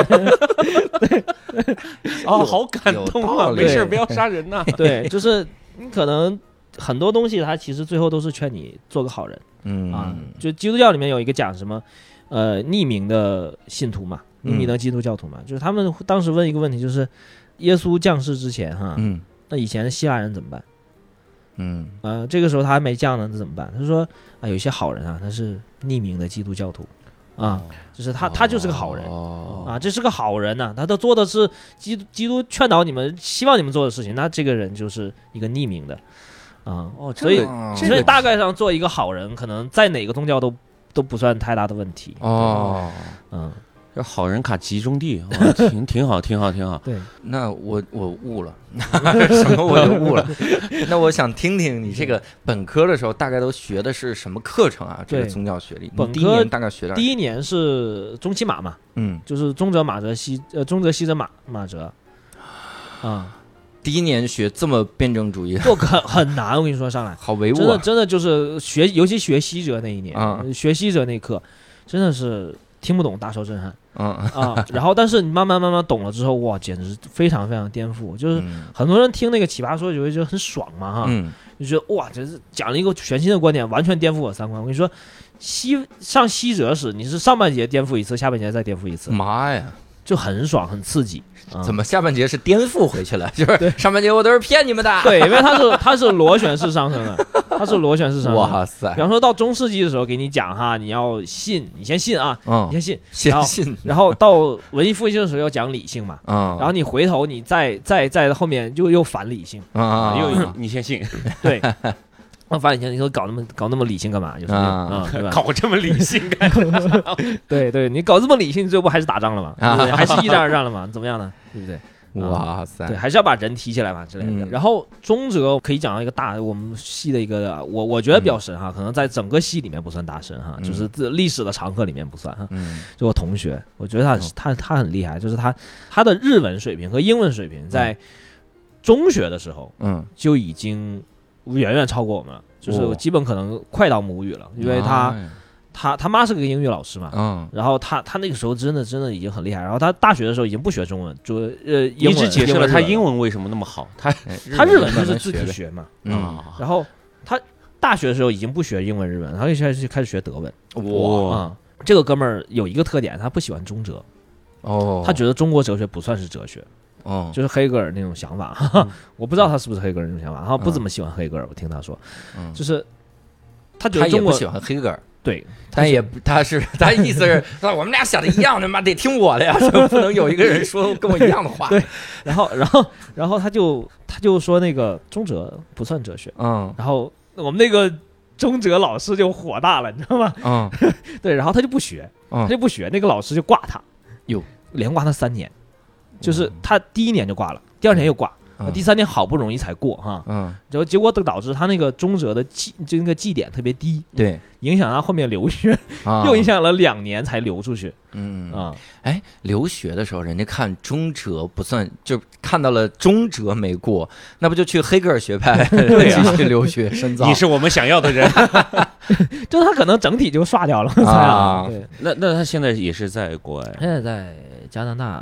哦，好感动啊！没事不要杀人呐、啊。 对，就是你可能很多东西，它其实最后都是劝你做个好人。 嗯啊，就基督教里面有一个讲什么，呃，匿名的信徒嘛。匿名的基督教徒嘛，嗯、就是他们当时问一个问题，就是耶稣降世之前哈， 嗯， 那以前的希腊人怎么办？ 嗯， 呃，这个时候他还没降呢，那怎么办？他说啊，有一些好人啊，他是匿名的基督教徒啊，就是他他就是个好人、 哦、 啊，这是个好人呐、啊，他都做的是基督基督劝导你们，希望你们做的事情，那这个人就是一个匿名的啊， 哦， 所以、 这个、 所以大概上做一个好人，可能在哪个宗教都都不算太大的问题哦， 嗯。 这好人卡集中地，哇挺挺好，挺好，挺好。 对， 那我我悟了，什么我就悟了。那我想听听你这个本科的时候大概都学的是什么课程啊？这个宗教学历， 本科第一年大概学点。 第一年是中期马嘛， 嗯， 就是中则马则西，呃，中则西则马马则，啊。 第一年学这么辩证主义， 就很很难。我跟你说，上来好唯物、啊， 真的真的就是学，尤其学西哲那一年， 嗯、 学西哲那课，真的是听不懂，大受震撼。 嗯啊，然后但是你慢慢慢慢懂了之后，哇，简直非常非常颠覆。就是很多人听那个奇葩说就会觉得很爽嘛，哈， 嗯、 就觉得哇，这是讲了一个全新的观点，完全颠覆我三观。我跟你说，西上西哲史，你是上半节颠覆一次，下半节再颠覆一次， 妈呀！ 就很爽，很刺激。嗯、 怎么下半节是颠覆回去了？就是上半节我都是骗你们的。 对，因为它是它是螺旋式上升的，它是螺旋式上升。 哇塞！ 比方说到中世纪的时候，给你讲哈，你要信，你先信啊， 嗯、 你先信， 先信。 然后到文艺复兴的时候要讲理性嘛， 嗯、 然后你回头你再再再后面就又反理性啊、 嗯，又你先信， 对。那反正你说搞那么搞那么理性干嘛？就是啊、嗯，对吧？ 搞这么理性干嘛？ 对对，你搞这么理性，最后不还是打仗了吗？对不对？还是一战二战了吗？怎么样呢？对不对？ 哇塞！ 对，还是要把人提起来嘛之类的。 嗯、 然后中哲可以讲到一个大，我们系的一个，我我觉得比较深哈，嗯、可能在整个系里面不算大神哈，嗯、就是历史的常客里面不算哈。 嗯， 就我同学，我觉得他他他很厉害，就是他他的日文水平和英文水平在中学的时候， 嗯， 就已经远远超过我们了。就是基本可能快到母语了，因为他、哦、他他妈是个英语老师嘛， 嗯， 然后他他那个时候真的真的已经很厉害，然后他大学的时候已经不学中文，就呃一直解释了他英文为什么那么好，他他日文就是自己学嘛， 嗯， 然后他大学的时候已经不学英文日文，他就开始开始学德文， 哇、 嗯，这个哥们儿有一个特点，他不喜欢中哲， 哦， 他觉得中国哲学不算是哲学。 哦， 就是黑格尔那种想法，哈哈、嗯，我不知道他是不是黑格尔那种想法，他不怎么喜欢黑格尔，我听他说， 嗯， 就是他觉得中国他也不喜欢黑格尔， 对， 但也他是他意思是，我们俩想的一样，他妈得听我的呀，就不能有一个人说跟我一样的话， 对，然后然后然后他就他就说那个中哲不算哲学， 嗯， 然后我们那个中哲老师就火大了，你知道吗？ 嗯， 对，然后他就不学， 嗯、 他就不学，那个老师就挂他， 哟， 连挂他三年。就是他第一年就挂了，第二年又挂， 嗯、 第三年好不容易才过哈， 嗯， 然后结果导致他那个中哲的绩就那个绩点特别低， 对， 影响他后面留学， 啊、 又影响了两年才留出去， 嗯啊， 哎，留学的时候人家看中哲不算，就看到了中哲没过，那不就去黑格尔学派继续留学深造？ 你是我们想要的人， 就他可能整体就刷掉了啊。 对， 那那他现在也是在国外， 现在在加拿大什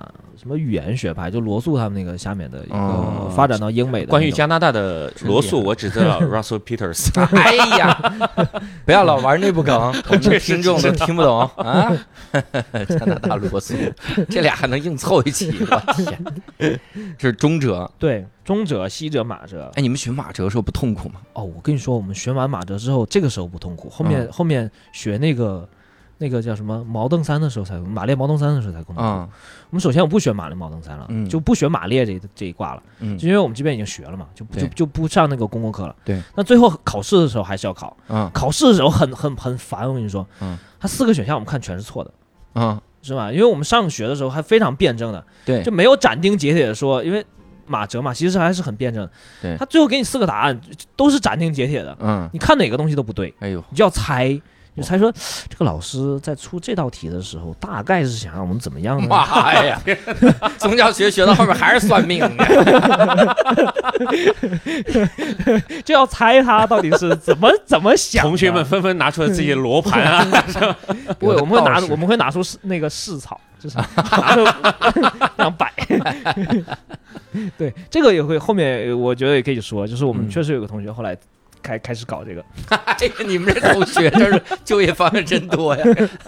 什么语言学派，就罗素他们那个下面的一个发展到英美的。 关于加拿大的罗素，我只知道 Russell Peters。 哎呀，不要老玩内部梗，我们的听众都听不懂啊。加拿大罗素，这俩还能硬凑一起？我天，这是中哲。 对，中哲、西哲、马哲。 哎，你们学马哲的时候不痛苦吗？ 哦，我跟你说，我们学完马哲之后，这个时候不痛苦，后面、嗯、后面学那个那个叫什么毛登三的时候才马列毛登三的时候才痛苦。嗯，我们首先我不学马列毛登三了，嗯、就不学马列这这一挂了，嗯，就因为我们这边已经学了嘛，就就就不上那个公共课了。 对， 那最后考试的时候还是要考，嗯，考试的时候很很很烦，我跟你说，嗯，它四个选项我们看全是错的，嗯。是吧？因为我们上学的时候还非常辩证的， 对， 就没有斩钉截铁的说，因为马哲嘛，其实还是很辩证的。 对， 他最后给你四个答案，都是斩钉截铁的。嗯，你看哪个东西都不对， 哎呦， 你就要猜，你猜说这个老师在出这道题的时候，大概是想让我们怎么样呢？ 妈呀，宗教学学到后面还是算命就要猜他到底是怎么怎么想。 同学们纷纷拿出了自己的罗盘啊， 不会，我们会拿我们会拿出那个试草，就是拿出这样摆。对，这个也会后面我觉得也可以说，就是我们确实有个同学后来开开始搞这个。 哎呀，你们这同学这是就业方面真多呀。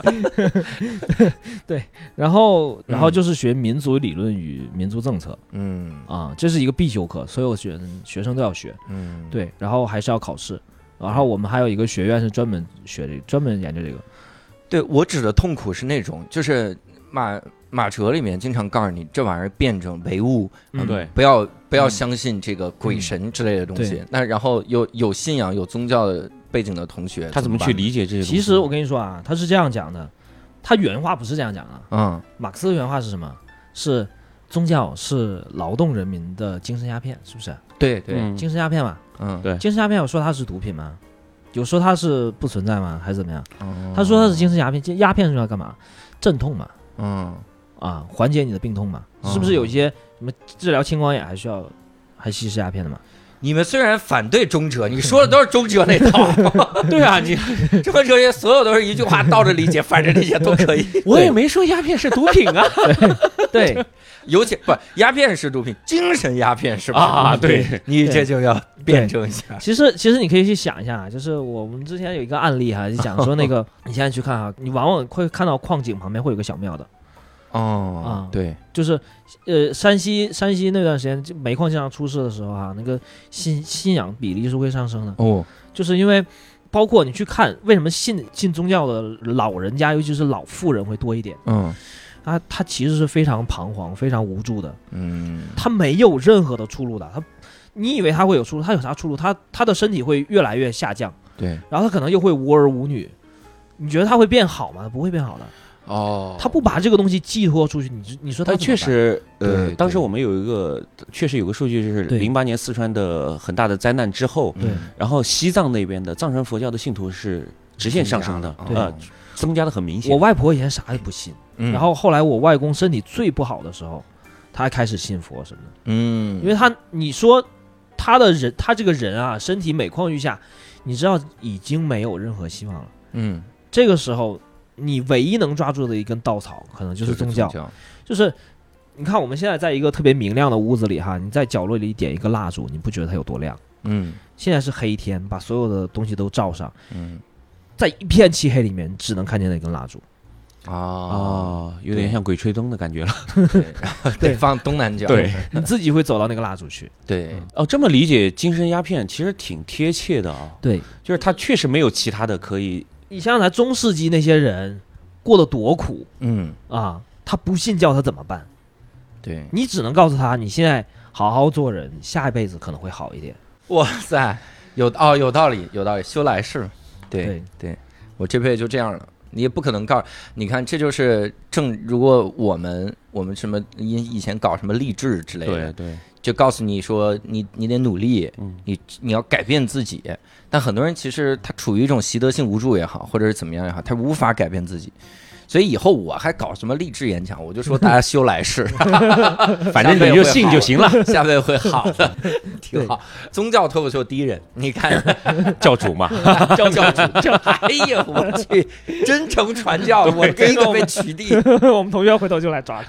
对，然后然后就是学民族理论与民族政策，嗯啊，这是一个必修课，所有学学生都要学，嗯，对，然后还是要考试，然后我们还有一个学院是专门学这个，专门研究这个。 对，我指的痛苦是那种，就是马马哲里面经常告诉你这玩意儿辩证唯物， 嗯，对， 不要不要相信这个鬼神之类的东西。嗯、那然后有有信仰有宗教的背景的同学， 他怎么去理解这些东西？ 其实我跟你说啊，他是这样讲的，他原话不是这样讲的。嗯，马克思的原话是什么？是宗教是劳动人民的精神鸦片，是不是？ 对对、 嗯，精神鸦片嘛。 嗯， 对， 精神鸦片，有说它是毒品吗？有说它是不存在吗？还是怎么样？哦、他说它是精神鸦片，鸦片是要干嘛？镇痛嘛。嗯。啊，缓解你的病痛嘛，是不是有一些什么治疗青光眼还需要还吸食鸦片的嘛？ 你们虽然反对中哲，你说的都是中哲那套。 对啊，你中哲学所有都是一句话倒着理解，反着理解都可以。 我也没说鸦片是毒品啊。 对，对尤其不鸦片是毒品，精神鸦片是吧？ 啊，对， 你这就要辩证一下。 其实，其实你可以去想一下，就是我们之前有一个案例哈，就讲说那个，你现在去看哈，你往往会看到矿井旁边会有个小庙的。 哦，啊、嗯，对， 就是，呃，山西山西那段时间煤矿经常出事的时候啊，那个信信仰比例是会上升的。哦，就是因为包括你去看，为什么信信宗教的老人家，尤其是老妇人会多一点？嗯，他他其实是非常彷徨、非常无助的。嗯，他没有任何的出路的。他，你以为他会有出路？他有啥出路？他他的身体会越来越下降。 对， 然后他可能又会无儿无女。你觉得他会变好吗？不会变好的。哦，他不把这个东西寄托出去，你你说他确实，呃，当时我们有一个确实有个数据，就是零八年四川的很大的灾难之后，对，然后西藏那边的藏传佛教的信徒是直线上升的，啊，增加的很明显。 我外婆以前啥也不信，嗯、然后后来我外公身体最不好的时候，他还开始信佛什么的，嗯，因为他你说他的人，他这个人啊，身体每况愈下，你知道已经没有任何希望了，嗯，这个时候。你唯一能抓住的一根稻草，可能就是宗教。就是，就是你看我们现在在一个特别明亮的屋子里哈，你在角落里点一个蜡烛，你不觉得它有多亮？嗯。现在是黑天，把所有的东西都照上，嗯，在一片漆黑里面，只能看见那根蜡烛。 啊、哦，有点像鬼吹灯的感觉了。 对，然后得放东南角。 对， 你自己会走到那个蜡烛去。 对， 嗯、哦，这么理解精神鸦片其实挺贴切的啊。 对， 就是它确实没有其他的可以。 你想想他中世纪那些人过得多苦，嗯啊，他不信教他怎么办？ 对， 你只能告诉他，你现在好好做人，下一辈子可能会好一点。 哇塞，有哦有道理，有道理，修来世。对 对, 对，我这辈子就这样了，你也不可能告诉你看，这就是正。如果我们我们什么以以前搞什么励志之类的， 对对， 就告诉你说你你得努力，嗯，你你要改变自己。但很多人其实他处于一种习得性无助也好，或者是怎么样也好，他无法改变自己。所以以后我还搞什么励志演讲，我就说大家修来世， 反正你就信就行了， 下辈子会好的，挺好。宗教脱口秀第一人，你看教主嘛， 教教主，哎呀，我去，真诚传教，我第一个被取缔。 我们同学回头就来抓他。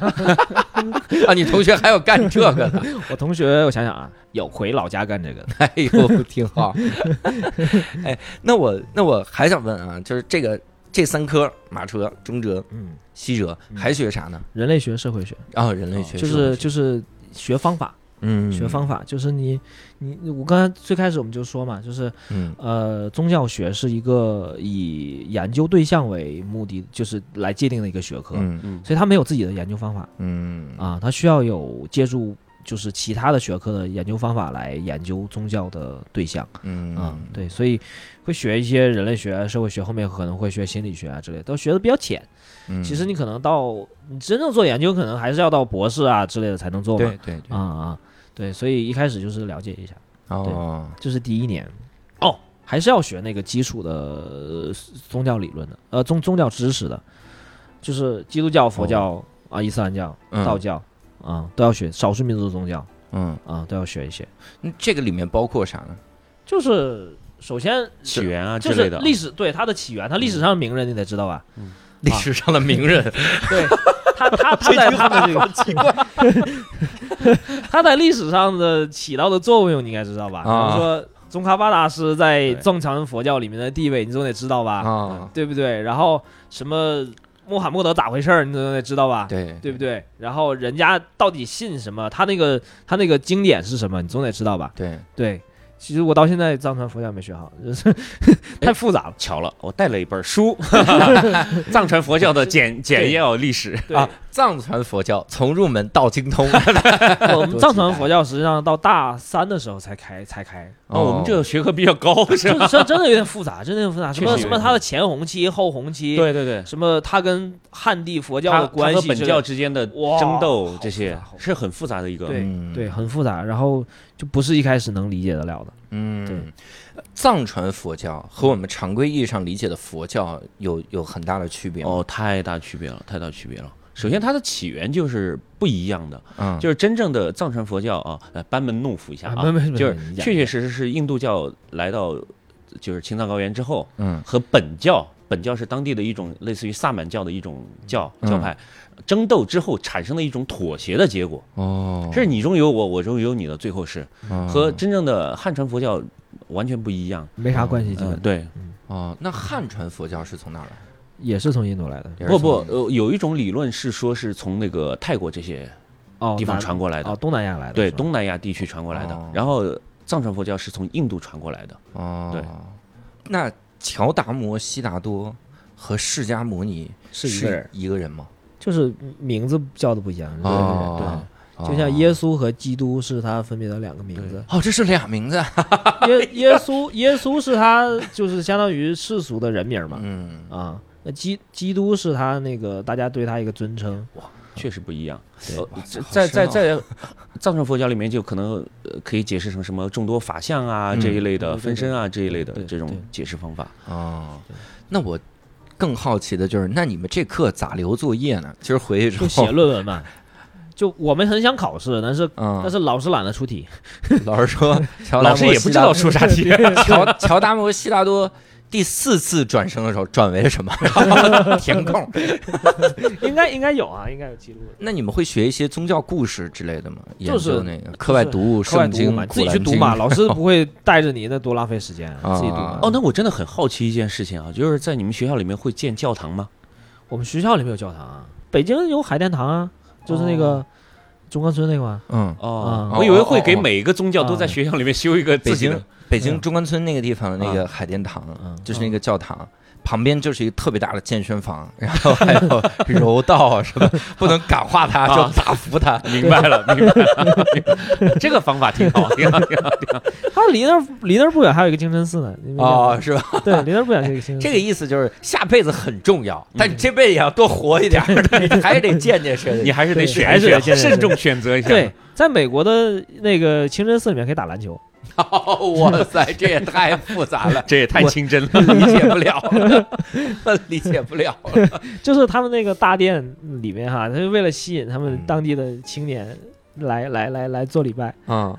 啊，你同学还有干这个的？ 我同学，我想想啊，有回老家干这个的。 哎呦，挺好。哎，那我那我还想问啊，就是这个这三科马哲、中哲、 嗯， 西哲还学啥呢？ 人类学、社会学， 然后人类学就是就是学方法。 嗯， 学方法就是你你我刚才最开始我们就说嘛，就是嗯呃，宗教学是一个以研究对象为目的，就是来界定的一个学科， 嗯嗯， 所以它没有自己的研究方法， 嗯啊，它需要有借助就是其他的学科的研究方法来研究宗教的对象， 嗯啊，对，所以会学一些人类学、社会学，后面可能会学心理学啊之类的，都学的比较浅。 嗯， 其实你可能到你真正做研究，可能还是要到博士啊之类的才能做嘛。 对对对， 啊啊，对，所以一开始就是了解一下。 哦， 这是第一年。哦，还是要学那个基础的呃宗教理论的，呃宗宗教知识的，就是基督教、佛教、哦、啊、伊斯兰教、 嗯、 道教啊都要学，少数民族宗教， 嗯啊都要学一些。 嗯，这个里面包括啥呢？ 就是首先起源啊之类的， 就是历史对它的起源，它历史上的名人你得知道吧？ 嗯，历史上的名人， 对他他他在他的这个奇怪， 他在历史上的起到的作用你应该知道吧？比如说宗喀巴大师在藏传佛教里面的地位，你总得知道吧？ 啊， 对不对？然后什么穆罕默德咋回事你总得知道吧？ 对， 对不对？然后人家到底信什么？他那个他那个经典是什么？你总得知道吧？ 对对。其实我到现在藏传佛教没学好，就是太复杂了。 巧了，我带了一本书，藏传佛教的简简要历史啊，藏传佛教从入门到精通。 我们藏传佛教实际上到大三的时候才开才开。 哦，我们这个学科比较高，是吧？ 这真的有点复杂，真的有点复杂。什么什么它的前弘期、后弘期， 对对对， 什么它跟汉地佛教的关系、 和本教之间的争斗，这些是很复杂的一个。 对对，很复杂。然后就不是一开始能理解得了的。 嗯，对，藏传佛教和我们常规意义上理解的佛教有有很大的区别哦，太大区别了，太大区别了。首先，它的起源就是不一样的， 嗯， 就是真正的藏传佛教啊，呃，班门弄斧一下啊，就是确确实实是印度教来到就是青藏高原之后， 嗯， 和本教，本教是当地的一种类似于萨满教的一种教教派。争斗之后产生的一种妥协的结果， 哦， 是你中有我，我中有你的，最后是、 哦、 和真正的汉传佛教完全不一样， 没啥关系，基本、 呃、对、 嗯。 哦，那汉传佛教是从哪儿来？ 也是从印度来的。 不不，呃，有一种理论是说是从那个泰国这些地方传过来的， 哦，东南亚来的， 对，东南亚地区传过来的。哦、然后藏传佛教是从印度传过来的。 哦， 对。 那乔达摩悉达多和释迦牟尼是一个人， 一个人吗？ 就是名字叫的不一样，对、 哦、 对，就像耶稣和基督是他分别的两个名字。 哦，这是俩名字。 耶耶稣耶稣是他就是相当于世俗的人名嘛， 嗯啊，那基基督是他那个大家对他一个尊称。 哇，确实不一样。 呃、 在在在藏传佛教里面，就可能呃可以解释成什么众多法相啊、嗯、这一类的分身啊这一类的这种解释方法。 哦，那我。更好奇的就是，那你们这课咋留作业呢？今儿回去之后就写论文嘛。就我们很想考试，但是、嗯、但是老师懒得出题。 老师说， 老师也不知道出啥题。 乔乔达摩悉达多第四次转生的时候转为了什么？填空。 应该应该有啊，应该有记录。 那你们会学一些宗教故事之类的吗？ 就是那个课外读物、圣经嘛， 自己去读嘛。老师不会带着你，那多浪费时间，自己读嘛。 哦，那我真的很好奇一件事情啊，就是在你们学校里面会建教堂吗？ 我们学校里面有教堂啊，北京有海淀堂啊，就是那个中关村那块。 嗯哦，我以为会给每一个宗教都在学校里面修一个自己的。 北京中关村那个地方的那个海淀堂，嗯、就是那个教堂、嗯、旁边就是一个特别大的健身房，然后还有柔道什么，不能感化他，就打服他。 明白了，明白了，这个方法挺好，挺好，挺好，挺好。 他离那儿离那儿不远还有一个清真寺呢， 哦，是吧？ 对，离那儿不远就有一个清真寺。 这个意思就是下辈子很重要，但你这辈子也要多活一点，你还是得见见身， 你还是得选， 还是得慎重选择一下。 对，在美国的那个清真寺里面可以打篮球。 哦，哇塞，这也太复杂了， 这也太清真了， 理解不了了，理解不了了。 就是他们那个大殿里面哈，他就为了吸引他们当地的青年来、嗯、来来来做礼拜啊。 那你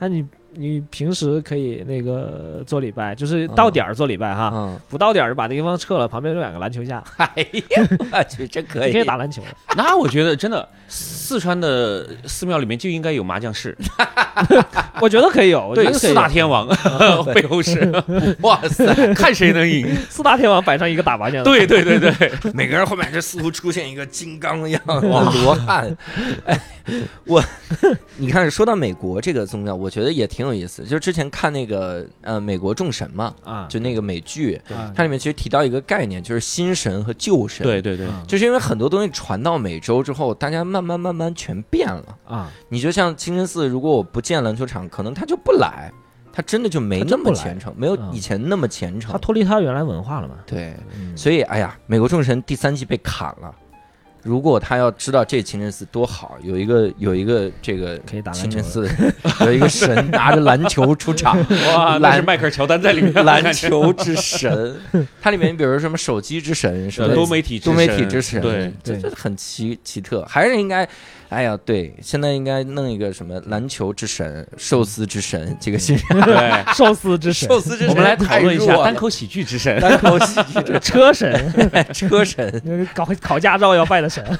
你平时可以那个做礼拜，就是到点儿做礼拜哈，嗯、不到点儿就把那地方撤了，旁边有两个篮球架。 哎呀，我去，这可以， 你可以打篮球。 那我觉得真的，四川的寺庙里面就应该有麻将室。 我觉得可以有， 对，四大天王背后是，哇塞，看谁能赢。 四大天王摆上一个打麻将。 对对对对， 每个人后面这似乎出现一个金刚一样的罗汉。哎，我，你看，说到美国这个宗教，我觉得也挺有意思。就之前看那个呃美国众神嘛，啊，就那个美剧，它里面其实提到一个概念，就是新神和旧神。 对对对， 就是因为很多东西传到美洲之后，大家慢慢慢慢全变了啊。你就像清真寺，如果我不建篮球场，可能他就不来。他真的就没那么虔诚，没有以前那么虔诚。 他脱离他原来文化了嘛？ 对，嗯、所以哎呀，美国众神第三季被砍了。如果他要知道这清真寺多好，有一个有一个这个清真寺有一个神拿着篮球出场， 哇，那是迈克尔乔丹在里面， 篮球之神。它里面比如什么手机之神，什么多媒体多媒体之神， 对， 这这很奇奇特，还是应该。哎呀，对，现在应该弄一个什么篮球之神、寿司之神，这个新人对，寿司之神， 寿司之神， 我们来讨论一下单口喜剧之神， 单口喜剧之车神， 车神， 考考驾照要拜的神，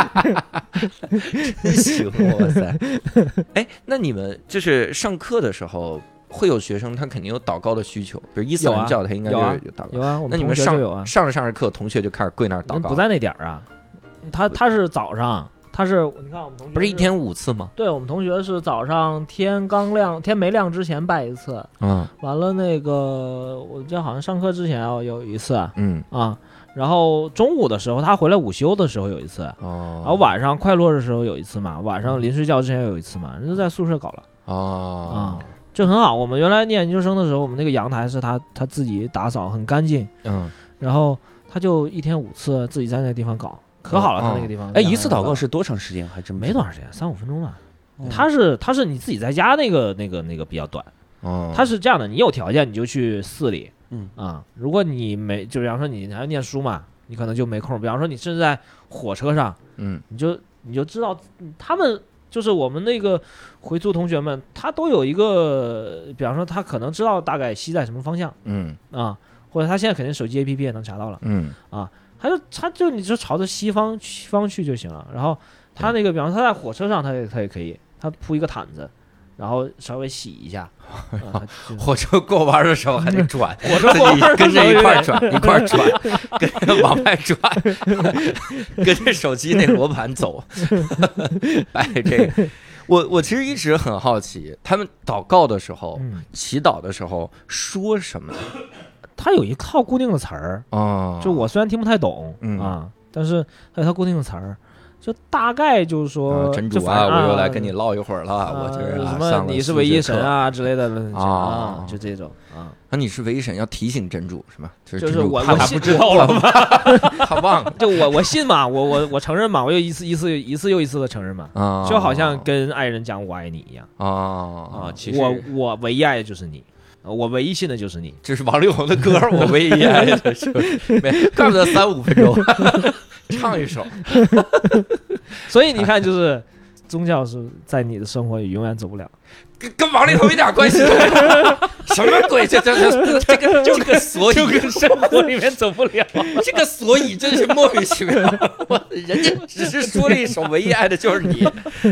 真行，哇塞！哎，那你们就是上课的时候，会有学生他肯定有祷告的需求，比如伊斯兰教他应该就是有祷告， 有啊， 那你们上上着上着课，同学就开始跪那儿祷告， 不在那点儿啊，他他是早上。他是你看我们同学不是一天五次吗？ 对，我们同学是早上天刚亮天没亮之前拜一次，嗯，完了那个我记得好像上课之前要有一次，嗯啊，然后中午的时候他回来午休的时候有一次，哦，然后晚上快落的时候有一次嘛，晚上临睡觉之前有一次嘛，人就在宿舍搞了，哦，啊，就很好。我们原来念研究生的时候，我们那个阳台是他他自己打扫很干净，嗯，然后他就一天五次自己在那个地方搞。可好了，他那个地方。 哎，一次祷告是多长时间？还真没多长时间，三五分钟吧。他是他是你自己在家那个那个那个比较短。哦。他是这样的，你有条件你就去寺里。嗯啊，如果你没，就比方说你还要念书嘛，你可能就没空。比方说你甚至在火车上，嗯，你就你就知道他们就是我们那个回族同学们，他都有一个，比方说他可能知道大概西在什么方向。嗯啊，或者他现在肯定手机 A P P 也能查到了。嗯啊。他就他就你就朝着西方西方去就行了。然后他那个，比方说他在火车上，他也他也可以，他铺一个毯子，然后稍微洗一下。啊、 火车过弯的时候还得转， 火车过弯跟着一块转，一块转，跟着往外转，跟着手机那罗盘走。哎，这个我我其实一直很好奇，他们祷告的时候、嗯、祈祷的时候说什么？ 他有一套固定的词儿啊，就我虽然听不太懂、嗯、啊，但是他有套固定的词儿，就大概就是说， 啊、真主啊，我又来跟你唠一会儿了，啊、我就是、啊、 什么你是唯一神啊之类的啊，就这种啊。 啊，你是唯一神，要提醒真主是吗？ 就是就是我他不知道了吗？他忘了。 就我我信嘛，我我我承认嘛，我又一次一次一次又一次的承认嘛，啊、就好像跟爱人讲我爱你一样啊啊，其实我我唯一爱的就是你。我唯一信的就是你， 这是王力宏的歌，我唯一爱的是，怪不得三五分钟唱一首。 所以你看，就是宗教是在你的生活里永远走不了， 跟跟王力宏一点关系都没有。什么鬼？这这这这个这个所以就跟生活里面走不了， 这个所以真是莫名其妙。我人家只是说了一首唯一爱的就是你。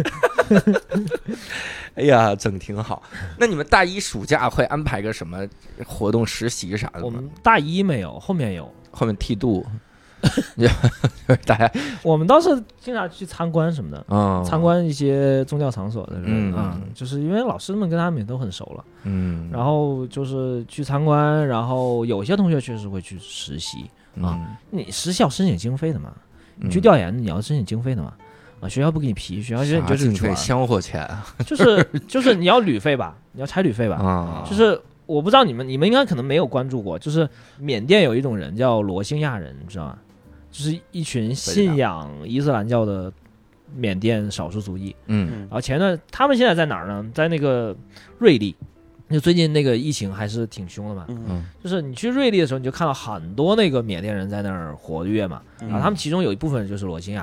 哎呀，整挺好。那你们大一暑假会安排个什么活动、实习啥的吗？ 我们大一没有，后面有， 后面剃度。大家， 我们倒是经常去参观什么的，嗯，参观一些宗教场所的，嗯啊、嗯，就是因为老师们跟他们也都很熟了，嗯，然后就是去参观，然后有些同学确实会去实习啊，嗯、你实习要申请经费的嘛，你去调研你要申请经费的嘛。啊，学校不给你批，学校觉得你就是费香火钱， 就是就是你要旅费吧，你要差旅费吧，啊、就是我不知道你们你们应该可能没有关注过，就是缅甸有一种人叫罗兴亚人，你知道吗？就是一群信仰伊斯兰教的缅甸少数族裔，嗯，然后前段他们现在在哪儿呢？在那个瑞丽，就最近那个疫情还是挺凶的嘛，嗯，就是你去瑞丽的时候，你就看到很多那个缅甸人在那儿活跃嘛，然后他们其中有一部分就是罗兴亚人。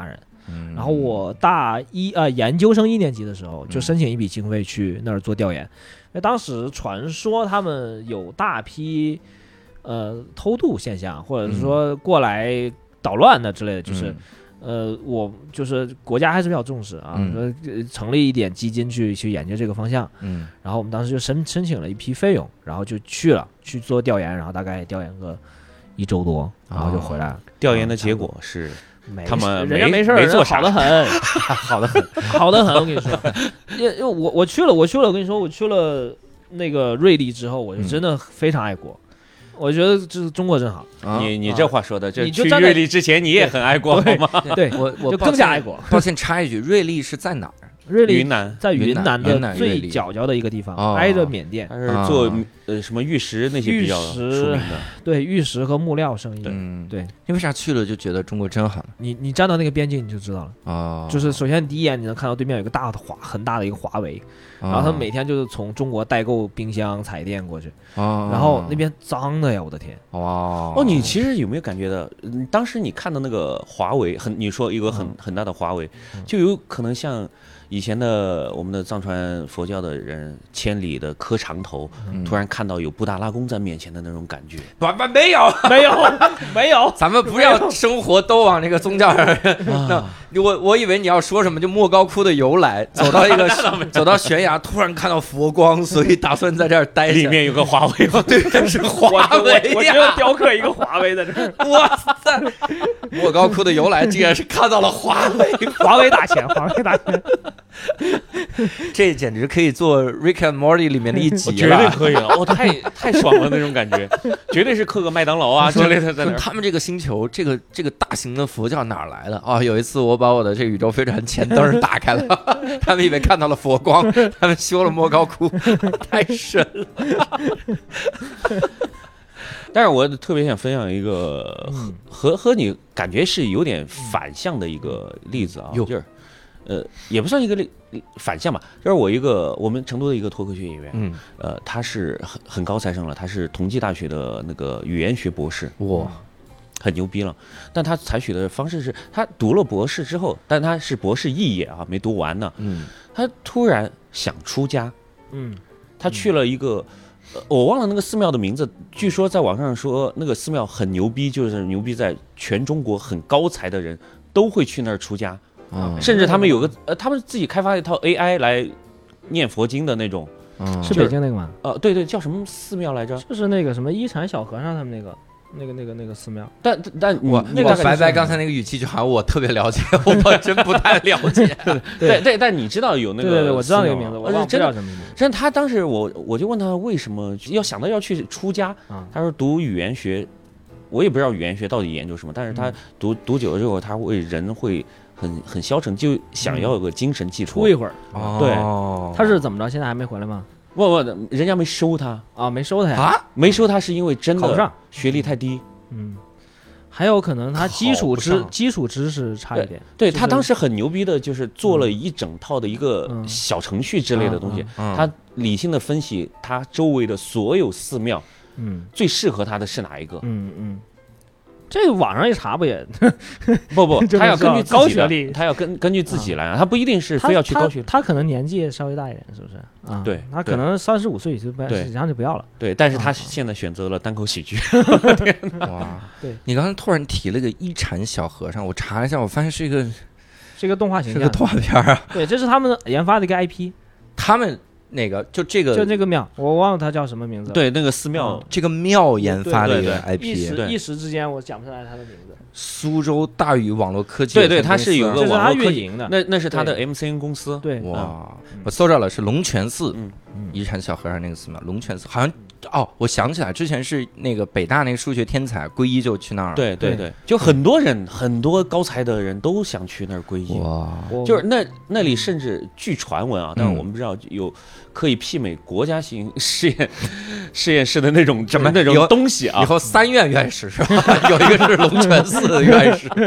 嗯、然后我大一呃研究生一年级的时候就申请一笔经费去那儿做调研，因为当时传说他们有大批呃偷渡现象，或者是说过来捣乱的之类的，就是。嗯呃，我就是国家还是比较重视啊，嗯、说成立一点基金去去研究这个方向，嗯，然后我们当时就申申请了一批费用，然后就去了去做调研，然后大概调研个一周多，然后就回来了。 哦、调研的结果是，他们人家没事没做好的很， 好的很， 好的很。我跟你说，因为因为我我去了，我去了，我跟你说，我去了那个瑞丽之后，我就真的非常爱国。嗯我觉得这中国真好， 啊、你你这话说的，这去瑞丽之前你也很爱国好吗？ 对，我我就更加爱国。 抱歉插一句，瑞丽是在哪儿？ 瑞丽云南， 在云南的最角角的一个地方，挨着缅甸。 它是做呃什么玉石那些比较出名的， 对玉石和木料生意。 嗯， 对。 因为啥去了就觉得中国真好？ 你你站到那个边境你就知道了啊，就是首先第一眼你能看到对面有一个大的华很大的一个华为，然后他们每天就是从中国代购冰箱、彩电过去，然后那边脏的呀，我的天！ 哇哦，你其实有没有感觉到，当时你看到那个华为，很你说一个很很大的华为，就有可能像。以前的我们的藏传佛教的人，千里的磕长头，嗯、突然看到有布达拉宫在面前的那种感觉， 不不没有没有没有， 咱们不要生活都往那个宗教上。那我我以为你要说什么，就莫高窟的由来，走到一个走到悬崖，突然看到佛光，所以打算在这儿待下。 里面有个华为， 对，是华为呀！ 我只有雕刻一个华为在这儿。 哇塞！莫高窟的由来竟然是看到了华为， 华为打钱，华为打钱。 这简直可以做《Rick and Morty》里面的一集了， 绝对可以了！哦，太太爽了那种感觉，绝对是刻个麦当劳啊之类的在那。 他们这个星球，这个这个大型的佛教哪儿来的啊、哦？有一次我把我的这个宇宙飞船前灯打开了，他们以为看到了佛光，他们修了莫高窟，太神了。 但是我特别想分享一个和和你感觉是有点反向的一个例子啊，就是。呃，也不算一个反向吧，就是我一个我们成都的一个脱口秀演员，嗯，呃，他是很很高材生了，他是同济大学的那个语言学博士，哇，很牛逼了。但他采取的方式是，他读了博士之后，但他是博士肄业啊，没读完呢，嗯，他突然想出家，嗯，他去了一个，呃、我忘了那个寺庙的名字，据说在网上说那个寺庙很牛逼，就是牛逼在全中国很高才的人都会去那儿出家。嗯、甚至他们有个呃，他们自己开发一套 A I 来念佛经的那种， 嗯、是北京那个吗？ 呃，对对，叫什么寺庙来着？ 就是那个什么一禅小和尚他们那个那个那个那个寺庙。 但但我那个白白刚才那个语气就好像我特别了解，我真不太了解。 对对，但你知道有那个？ 对对对，我知道那个名字，我忘不了什么名字。 但他当时我我就问他为什么要想到要去出家，嗯、他说读语言学，我也不知道语言学到底研究什么，但是他读、嗯、读久了之后，他会人会。很很消沉，就想要有个精神寄托。 出一会儿， 对， 他是怎么着？现在还没回来吗？ 不不，人家没收他啊，没收他呀？ 啊， 没收他是因为真的考不上， 学历太低。 嗯，还有可能他基础知基础知识差一点。 对他当时很牛逼的，就是做了一整套的一个小程序之类的东西，他理性的分析他周围的所有寺庙，嗯，最适合他的是哪一个？ 嗯嗯。这个网上一查不也不不，他要根据高学历， 他要根根据自己来啊，他不一定是非要去高学历， 他可能年纪稍微大一点，是不是啊？ 对， 他可能三十五岁就不，实际上就不要了。 对，但是他现在选择了单口喜剧。 哇，对你刚才突然提了个一禅小和尚，我查一下，我发现是一个是一个动画形象， 是个动画片啊。 对，这是他们研发的一个 I P， 他们。那个就这个就这个庙，我忘了它叫什么名字。 对，那个寺庙， 嗯、这个庙研发的一个 I P， 一时一时之间我讲不出来它的名字。 苏州大宇网络科技， 对对，它是有个网络运营的， 那那是它的 M C N 公司。 对， 哇，嗯、我搜着了，是龙泉寺，嗯嗯，一禅小和尚那个寺庙，龙泉寺好像。哦，我想起来，之前是那个北大那个数学天才皈依就去那儿了。 对对对，就很多人，很多高才的人都想去那儿皈依。哇，就是那那里甚至据传闻啊，但是我们不知道有可以媲美国家型实验实验室的那种什么那种东西啊。 以后三院院士是吧？有一个是龙泉寺的院士。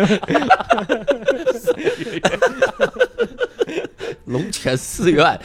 龙泉寺院。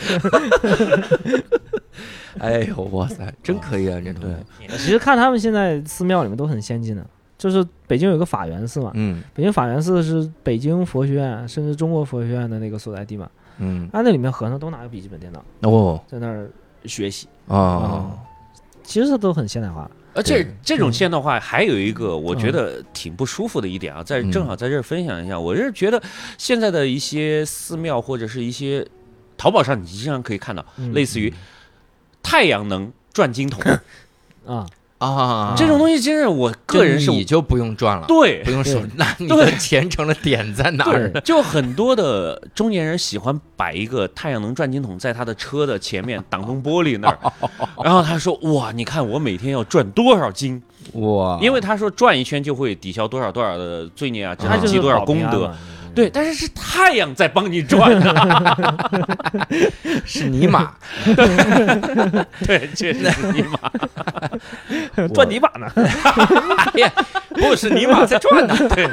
哎呦哇塞，真可以啊！这东西， 其实看他们现在寺庙里面都很先进的， 就是北京有个法源寺嘛， 嗯， 北京法源寺是北京佛学院甚至中国佛学院的那个所在地嘛， 嗯， 啊，那里面和尚都拿个笔记本电脑哦， 在那儿学习哦、 嗯，其实它都很现代化。 而且这种现代化还有一个我觉得挺不舒服的一点啊，在正好在这儿分享一下，我是觉得现在的一些寺庙或者是一些淘宝上你经常可以看到，类似于太阳能转经筒啊啊， 这种东西，真是我个人是你就不用转了， 对， 不用手，那你的虔诚的点在哪儿？ 就很多的中年人喜欢摆一个太阳能转经筒在他的车的前面挡风玻璃那儿，然后他说：“哇，你看我每天要转多少斤哇！” 因为他说转一圈就会抵消多少多少的罪孽啊，他积多少功德。对，但是是太阳在帮你转啊， 是尼玛， 对，确实是尼玛， 转泥巴呢， 哎呀，不是尼玛在转呢。对，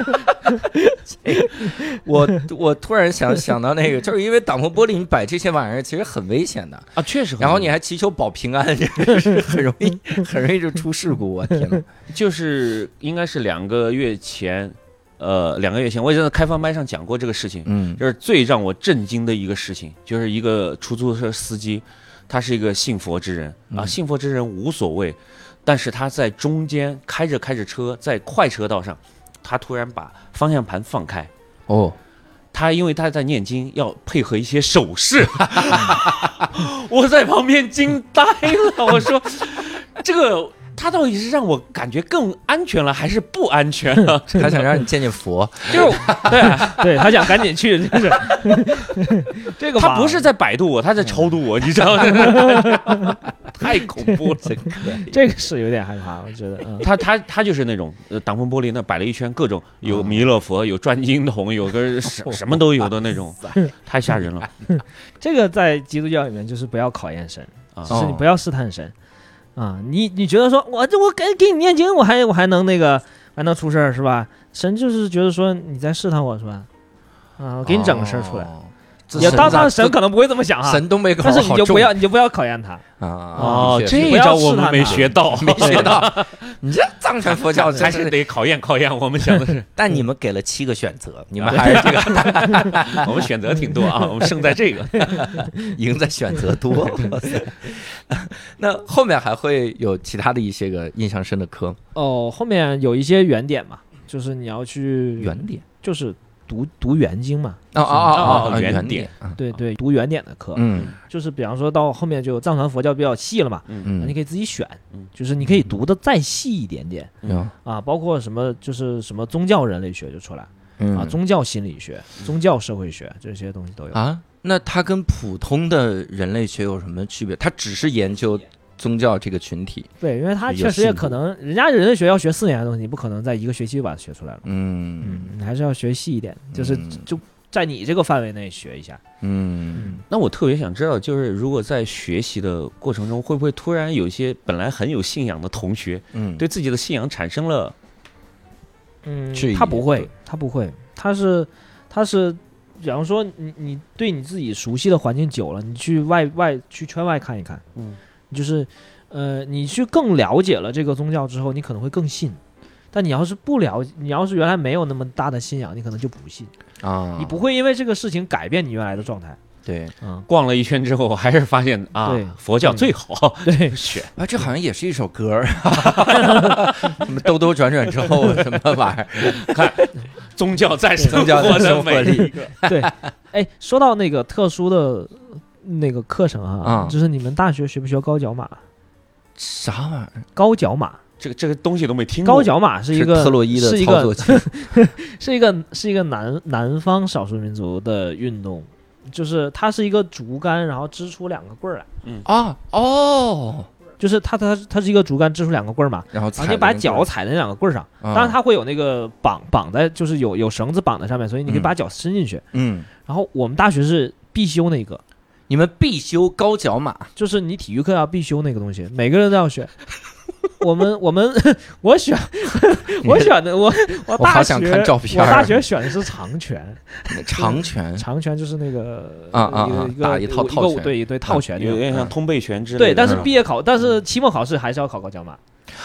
我我突然想想到那个，就是因为挡风玻璃，你摆这些玩意儿其实很危险的啊，确实。 然后你还祈求保平安，这是很容易很容易就出事故。我天哪！ 就是应该是两个月前。呃，两个月前我也在开放麦上讲过这个事情，嗯，就是最让我震惊的一个事情，就是一个出租车司机，他是一个信佛之人啊，信佛之人无所谓，但是他在中间开着开着车，在快车道上，他突然把方向盘放开， 哦， 他因为他在念经，要配合一些手势，我在旁边惊呆了，我说这个。他到底是让我感觉更安全了，还是不安全了？ 他想让你见见佛， 就是对、啊、 对，他想赶紧去，就是这个。 他不是在摆渡我，他在超度我，你知道吗？太恐怖了， 这个是有点害怕，我觉得。嗯、 他他他就是那种呃挡风玻璃那摆了一圈，各种有弥勒佛，有转经筒，有个什什么都有的那种，太吓人了。 这个在基督教里面就是不要考验神啊，就是你不要试探神。啊，你你觉得说我这我给给你念经，我还我还能那个还能出事儿是吧？神就是觉得说你在试探我是吧？啊，我给你整个事儿出来。哦、也当然神可能不会这么想哈， 神东北口， 但是你就不要你就不要考验他啊。 哦，这一招我们没学到， 没学到。你这藏传佛教还是得考验考验。我们想的是， 但你们给了七个选择，你们还是这个， 我们选择挺多啊，我们胜在这个， 赢在选择多。哇塞！那后面还会有其他的一些个印象深的科哦，后面有一些原点嘛，就是你要去原点， 就是读读原经嘛。 哦哦哦哦， 原点， 对对，读原点的课，嗯，就是比方说到后面就藏传佛教比较细了嘛，嗯，你可以自己选，就是你可以读的再细一点点，嗯啊，包括什么就是什么宗教人类学就出来，啊，宗教心理学、宗教社会学这些东西都有啊。那它跟普通的人类学有什么区别？它只是研究宗教这个群体， 对，因为它确实也可能，人家人类学要学四年的东西，你不可能在一个学期就把它学出来了。嗯嗯，你还是要学细一点，就是就在你这个范围内学一下。 嗯，那我特别想知道，就是如果在学习的过程中，会不会突然有一些本来很有信仰的同学，嗯，对自己的信仰产生了， 嗯，他不会，他不会，他是他是。比方说你你对你自己熟悉的环境久了，你去外外去圈外看一看，嗯，就是呃你去更了解了这个宗教之后，你可能会更信。但你要是不了解，你要是原来没有那么大的信仰，你可能就不信啊。你不会因为这个事情改变你原来的状态。 对， 嗯，逛了一圈之后，我还是发现啊，佛教最好。 对， 选啊，这好像也是一首歌，什么兜兜转转之后什么玩意儿？ 看宗教在宗教的生活里。 对，哎，说到那个特殊的那个课程啊，就是你们大学学不学高脚马？ 啥玩意儿？ 高脚马。 这个这个东西都没听过。 高脚马是一个特洛伊的操作器， 是一个是一个南南方少数民族的运动。就是它是一个竹竿，然后支出两个棍儿来。 嗯啊哦， 就是它它它是一个竹竿支出两个棍儿嘛， 然后你把脚踩在那两个棍儿上，当然它会有那个绑绑在，就是有有绳子绑在上面，所以你可以把脚伸进去。嗯，然后我们大学是必修那个， 你们必修高脚马， 就是你体育课要必修那个东西，每个人都要学。我们我们我选我选的我我大学好想看照片， 我大学选的是长拳， 长拳长拳就是那个啊啊一个打一套套拳， 对一对套拳， 有点像通背拳之类的。 对，但是毕业考，但是期末考试还是要考高脚马。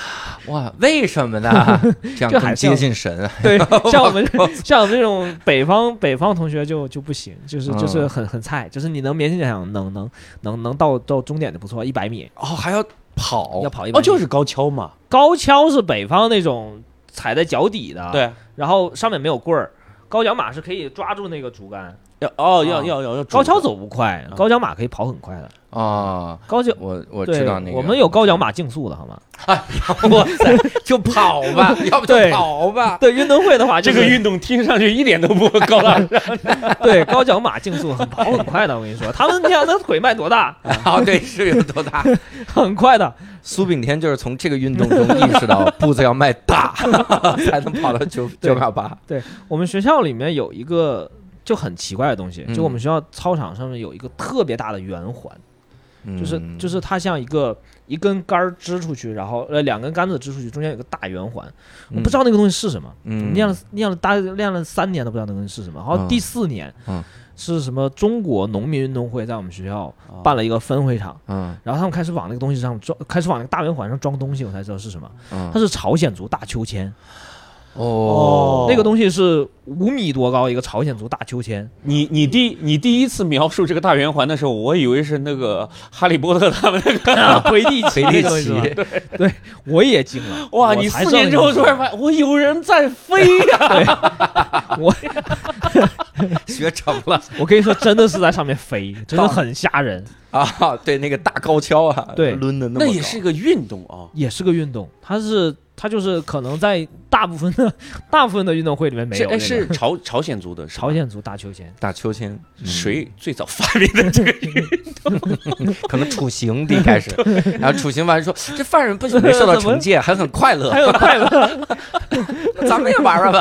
哇，为什么呢？这样更接近神啊。 对，像我们像我们这种北方北方同学就就不行，就是就是很很菜，就是你能勉强想能能能能到到终点就不错，一百米哦还要跑， 要跑一百米。 哦，就是高跷嘛。 高跷是北方那种踩在脚底的， 对， 然后上面没有棍儿。高脚马是可以抓住那个竹竿。 要哦要要要要， 高跷走不快，高脚马可以跑很快的啊。 高脚我我知道那个， 我们有高脚马竞速的好吗？ 哎呀，哇塞，就跑吧，要不就跑吧。 对，运动会的话， 这个运动听上去一点都不高大上。 对，高脚马竞速很跑很快的，我跟你说，他们你想那腿迈多大？ 啊，对，是有多大？ 很快的。 苏炳添就是从这个运动中意识到步子要迈大，才能跑到九九秒八。 对，我们学校里面有一个。就很奇怪的东西，就我们学校操场上面有一个特别大的圆环，嗯、就是就是它像一个一根杆支出去，然后呃两根杆子支出去，中间有个大圆环，嗯、我不知道那个东西是什么，嗯、练了练了大练了三年都不知道那个东西是什么，然后第四年，嗯、是什么中国农民运动会在我们学校办了一个分会场，嗯、然后他们开始往那个东西上装，开始往那个大圆环上装东西，我才知道是什么，嗯、它是朝鲜族大秋千。哦，那个东西是五米多高一个朝鲜族大秋千。 你你第你第一次描述这个大圆环的时候，我以为是那个哈利波特他们那个魁地奇， 魁地奇， 对对，我也惊了。 哇，你四年之后突然发现，我有人在飞呀！ 我学成了。 我跟你说，真的是在上面飞，真的很吓人啊！对，那个大高跷啊， 对， 抡的那么高， 那也是个运动啊， 也是个运动，它是。它就是可能在大部分的大部分的运动会里面没有、那个， 是是朝朝鲜族的， 朝鲜族大秋千， 大秋千， 嗯、谁最早发明的这个运动？ 可能处刑第一开始，然后处刑完说这犯人不仅没受到惩戒，还很快乐， 还很快乐， 咱们也玩玩吧。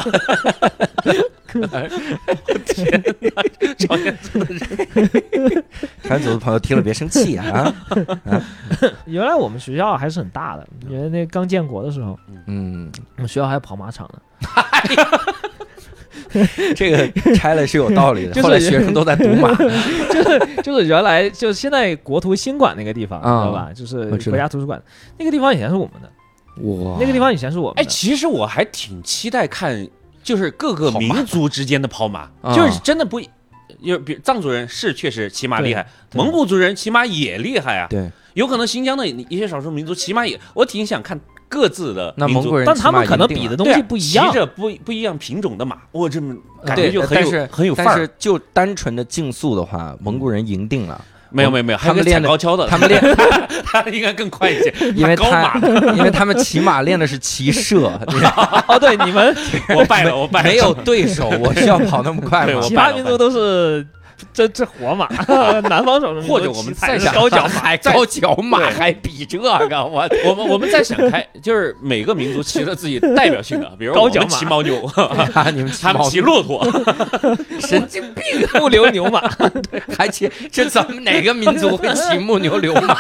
天哪，朝鲜族的人， 朝鲜族的朋友听了别生气啊！啊原来我们学校还是很大的，因为那刚建国的时候，嗯，我们学校还有跑马场呢。 这个拆了是有道理的，就是、后来学生都在赌马， 就是就是原来就现在国图新馆那个地方，嗯、知道吧？就是国家图书馆那个地方以前是我们的，哇，那个地方以前是我们的。 哎，其实我还挺期待看。就是各个民族之间的跑马，跑马就是真的不，就比如藏族人是确实骑马厉害，蒙古族人骑马也厉害啊。 对， 有可能新疆的一些少数民族骑马也，我挺想看各自的那蒙古人， 但他们可能比的东西不一样， 骑着不不一样品种的马，我这么感觉就很有、 呃、 很有范儿。 但是就单纯的竞速的话，蒙古人赢定了。 没有没有没有， 他们练高跷的， 他们练他应该更快一些， 因为高马， 因为他们骑马练的是骑射。 哦，对，你们我败了，我败了， 没有对手，我需要跑那么快吗？ 其他民族都是这这活马，南方少数民族或者我们再想高脚马， 高脚马还比这个，我我们我们再想开，就是每个民族骑了自己代表性的，比如我们骑牦牛， 你们他们骑骆驼， 神经病， 木牛牛马， 还骑这咱们哪个民族会骑木牛流马？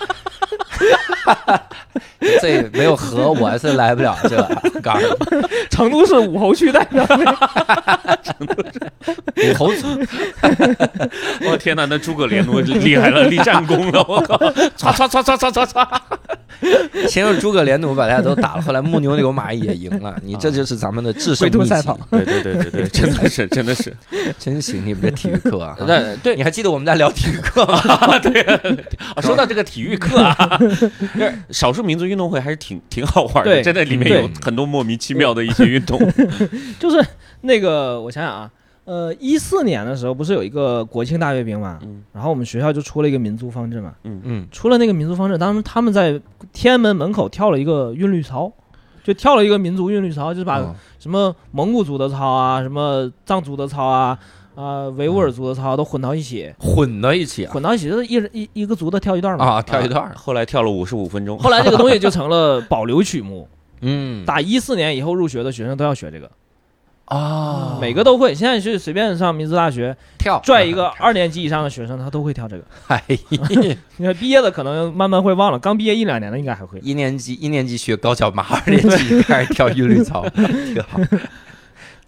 这没有河，我是来不了这个。告诉你， 成都是武侯区代表， 成都是武侯族。 我天哪，那诸葛连弩厉害了，立战功了，我靠！唰唰唰唰唰唰唰！ 先用诸葛连弩把大家都打了，后来木牛流马也赢了。你这就是咱们的制胜秘籍。 对对对对对，真的是真的是真行！你们这体育课啊， 对对， 你还记得我们在聊体育课吗？ 对啊，说到这个体育课啊，少数民族运动会还是挺挺好玩的，真的里面有很多莫名其妙的一些运动。 就是那个，我想想啊。呃，一四年的时候不是有一个国庆大阅兵嘛，嗯，然后我们学校就出了一个民族方阵嘛，嗯嗯，出了那个民族方阵，当时他们在天安门门口跳了一个韵律操，就跳了一个民族韵律操，就是把什么蒙古族的操啊，什么藏族的操啊，啊、呃，维吾尔族的操都混到一起， 混到一起、啊， 混到一起，就是一人一一个族的跳一段嘛， 啊，跳一段， 啊、后来跳了五十五分钟， 后来这个东西就成了保留曲目， 嗯， 打一四年以后入学的学生都要学这个。 啊、 每个都会，现在是随便上民族大学跳， 拽一个二年级以上的学生，他都会跳这个。 哎， 你看毕业的可能慢慢会忘了，刚毕业一两年的应该还会。 一年级一年级学高脚马，二年级开始跳韵律操，挺好。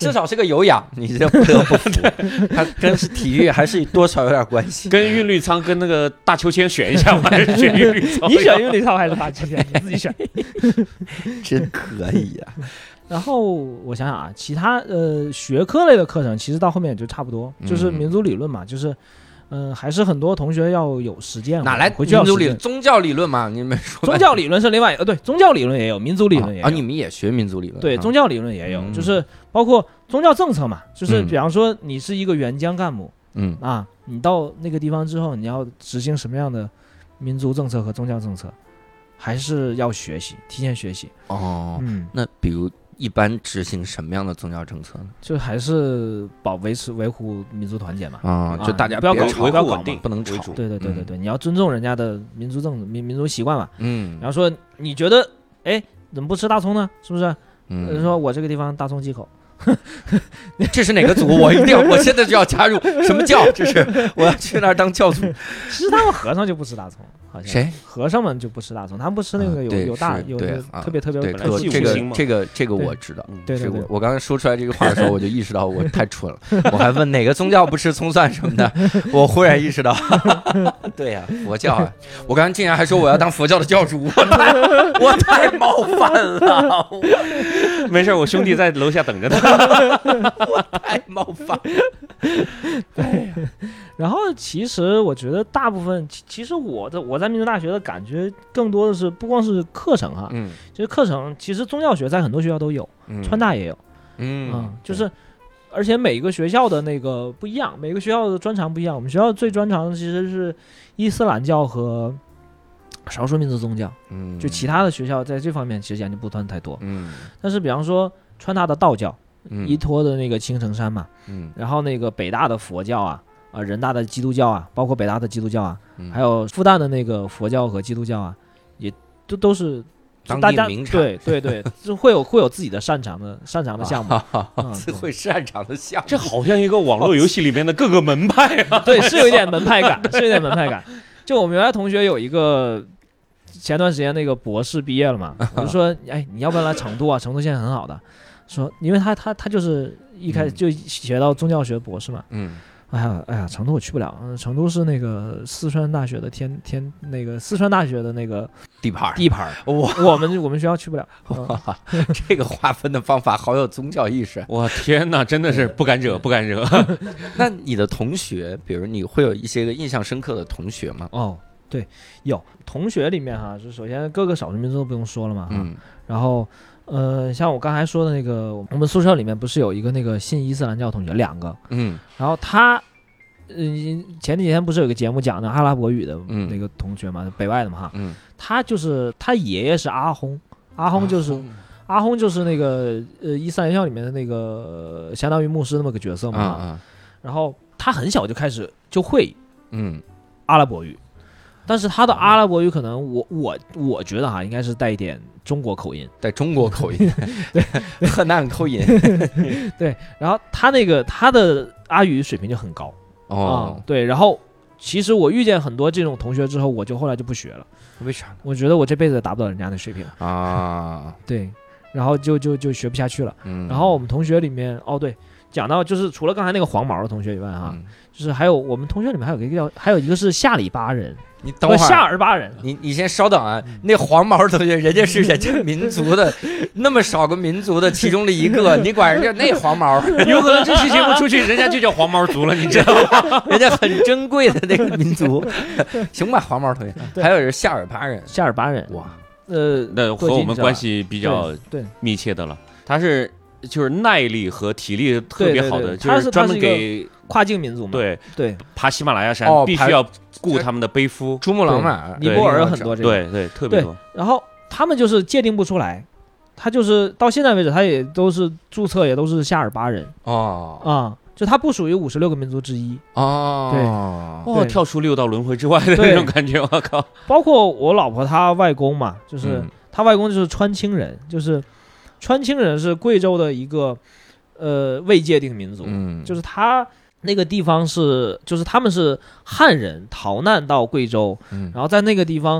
至少是个有氧，你这不得不服。它跟体育还是多少有点关系。 跟韵律舱跟那个大秋千选一下吗？还是选韵律舱？ 你选韵律舱还是大秋千？你自己选。 真可以啊！ 然后我想想啊，其他呃学科类的课程其实到后面也就差不多，就是民族理论嘛，就是嗯、呃，还是很多同学要有实践。 哪来回去要民族理论？宗教理论嘛，你们说。 宗教理论是另外呃，对，宗教理论也有，民族理论也有。 啊，你们也学民族理论？ 对， 啊、 宗教理论也有、 嗯， 就是包括宗教政策嘛，就是比方说你是一个援疆干部， 嗯啊，你到那个地方之后，你要执行什么样的民族政策和宗教政策，还是要学习，提前学习。 哦， 嗯， 那比如。一般执行什么样的宗教政策呢？ 就还是保维持维护民族团结嘛。 啊、嗯，就大家不要搞， 吵， 不要搞， 不能吵。 对对对对对、嗯，你要尊重人家的民族政民民族习惯嘛。 嗯， 然后说你觉得，哎，怎么不吃大葱呢？是不是？ 嗯， 说我这个地方大葱忌口。 这是哪个族？我一定要，我现在就要加入。什么教？这是我要去那儿当教主。 其实他们和尚就不吃大葱，好像谁？ 和尚们就不吃大葱，他们不吃那个有、 啊、 有大有的特别特别对，这个这个这个我知道。 对对对， 我刚才说出来这个话的时候，我就意识到我太蠢了。我还问哪个宗教不吃葱蒜什么的，我忽然意识到，对呀、啊，佛教啊！我刚才竟然还说我要当佛教的教主，我太我太冒犯了。 没事，我兄弟在楼下等着他。 我太冒犯了。 对，然后其实我觉得大部分，其实我的我在民族大学的感觉更多的是不光是课程哈， 嗯， 其实课程其实宗教学在很多学校都有，嗯、川大也有， 嗯, 嗯，就是而且每个学校的那个不一样，每个学校的专长不一样。我们学校最专长的其实是伊斯兰教和少数民族宗教， 嗯， 就其他的学校在这方面其实研究不算太多， 嗯， 但是比方说川大的道教。 嗯、 依托的那个青城山嘛， 嗯， 然后那个北大的佛教啊，啊、呃，人大的基督教啊，包括北大的基督教啊， 嗯、 还有复旦的那个佛教和基督教啊，也都都是当地名产， 对对对，就会有会有自己的擅长的擅长的项目， 嗯、会擅长的项目， 这好像一个网络游戏里面的各个门派啊， 对，是有一点门派感，是有点门派感。就我们原来同学有一个。前段时间那个博士毕业了嘛，我就说，哎，你要不要来成都啊？成都现在很好的。说，因为他他他就是一开始就学到宗教学博士嘛。 嗯。 哎呀哎呀，成都我去不了，成都是那个四川大学的天天那个四川大学的那个地盘地盘，我我们我们学校去不了。 哇，这个划分的方法好有宗教意识。 我天哪，真的是不敢惹，不敢惹。 那你的同学，比如你会有一些个印象深刻的同学吗？ 哦。对，有同学里面哈，就首先各个少数民族都不用说了嘛， 嗯， 然后呃，像我刚才说的那个，我们宿舍里面不是有一个那个信伊斯兰教同学，两个， 嗯， 然后他，嗯、呃，前几天不是有个节目讲的阿拉伯语的那个同学嘛，嗯、北外的嘛哈， 嗯， 他就是他爷爷是阿訇，阿訇就是阿訇就是那个呃伊斯兰教里面的那个、呃、相当于牧师那么个角色嘛， 啊啊， 然后他很小就开始就会嗯阿拉伯语。但是他的阿拉伯语可能我我我觉得哈，应该是带一点中国口音， 带中国口音，对，河南口音， 对。然后他那个他的阿语水平就很高哦、 嗯，对。然后其实我遇见很多这种同学之后，我就后来就不学了。 为啥？ 我觉得我这辈子也达不到人家的水平啊。 对，然后就就就学不下去了。 嗯。 然后我们同学里面，哦对，讲到就是除了刚才那个黄毛的同学以外哈。 嗯， 就是还有我们同学里面还有一个叫，还有一个是下里巴人， 你等会儿夏尔巴人， 你你先稍等啊，那黄毛同学人家是人家民族的那么少个民族的其中的一个，你管人家那黄毛， 有可能这期节目出去，人家就叫黄毛族了，你知道吗？ 人家很珍贵的那个民族，行吧，黄毛同学，还有人夏尔巴人， 夏尔巴人， 哇， 呃， 那和我们关系比较对密切的了，他是。就是耐力和体力特别好的， 对对对就是专门给跨境民族嘛。 对对， 爬喜马拉雅山、 哦、 必须要顾他们的背夫。 珠穆朗玛、 尼泊尔很多这个，对对，特别多。 然后他们就是界定不出来，他就是到现在为止，他也都是注册，也都是夏尔巴人。 哦啊、嗯，就他不属于五十六个民族之一。 哦， 对， 哦，跳出六道轮回之外的那种感觉，我靠！ 包括我老婆她外公嘛，就是、 嗯、 她外公就是川清人，就是川清人是贵州的一个。呃，未界定民族， 嗯， 就是他那个地方是，就是他们是汉人逃难到贵州， 嗯， 然后在那个地方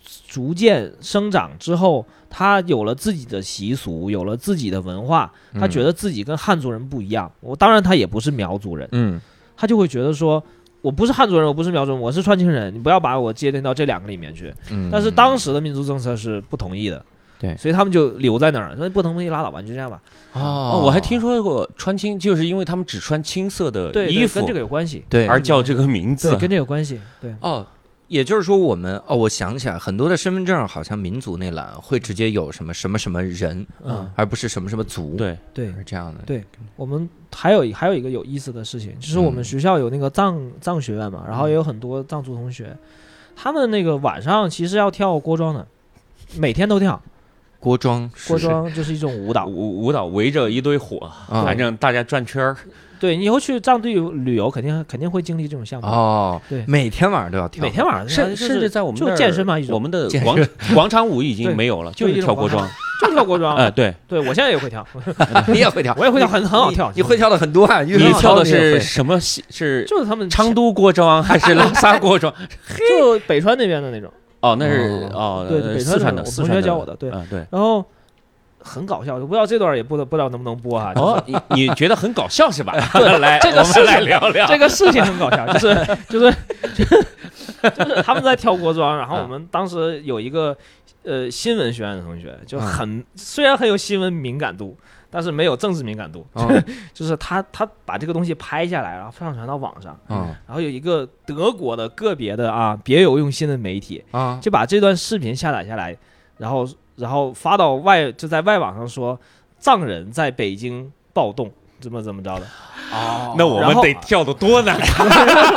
逐渐生长之后，他有了自己的习俗，有了自己的文化，他觉得自己跟汉族人不一样。我当然他也不是苗族人，嗯，他就会觉得说，我不是汉族人，我不是苗族人，我是川清人，你不要把我界定到这两个里面去。嗯，但是当时的民族政策是不同意的。 对， 所以他们就留在那儿，说不同意拉倒吧，就这样吧。 哦，我还听说过穿青，就是因为他们只穿青色的衣服， 跟这个有关系， 对， 而叫这个名字， 对，跟这个有关系。对， 哦，也就是说我们哦，我想起来，很多的身份证好像民族那栏会直接有什么什么什么人，嗯，而不是什么什么族， 对对， 是这样的。 对，我们还有还有一个有意思的事情，就是我们学校有那个藏藏学院嘛，然后也有很多藏族同学，他们那个晚上其实要跳锅庄的，每天都跳。 锅庄， 锅庄就是一种舞蹈， 舞舞蹈围着一堆火，嗯、反正大家转圈儿。 对，你以后去藏地旅游，肯定肯定会经历这种项目哦。 对， 每天晚上都要跳， 每天晚上甚甚至在我们就健身嘛，一种我们的广广场舞已经没有了，就是跳锅庄， 就跳锅庄。 哎，对对，我现在也会跳， 你也会跳， 我也会跳，很很好跳。 你会跳的很多啊， 你跳的是什么？是就是他们昌都锅庄还是拉萨锅庄？ 就北川那边的那种。 哦，那是哦， 对，北四川的， 我同学教我的，对对。 然后。很搞笑，我不知道这段也不不知道能不能播哈。 哦，你你觉得很搞笑是吧？来， 这个我们来聊聊这个事情很搞笑，就是就是就是他们在跳锅庄，然后我们当时有一个呃新闻学院的同学，就很虽然很有新闻敏感度，但是没有政治敏感度，就是他他把这个东西拍下来，然后上传到网上，然后有一个德国的个别的啊别有用心的媒体啊，就把这段视频下载下来，然后。然后发到外，就在外网上说藏人在北京暴动，怎么怎么着的。 哦，那我们得跳得多难看！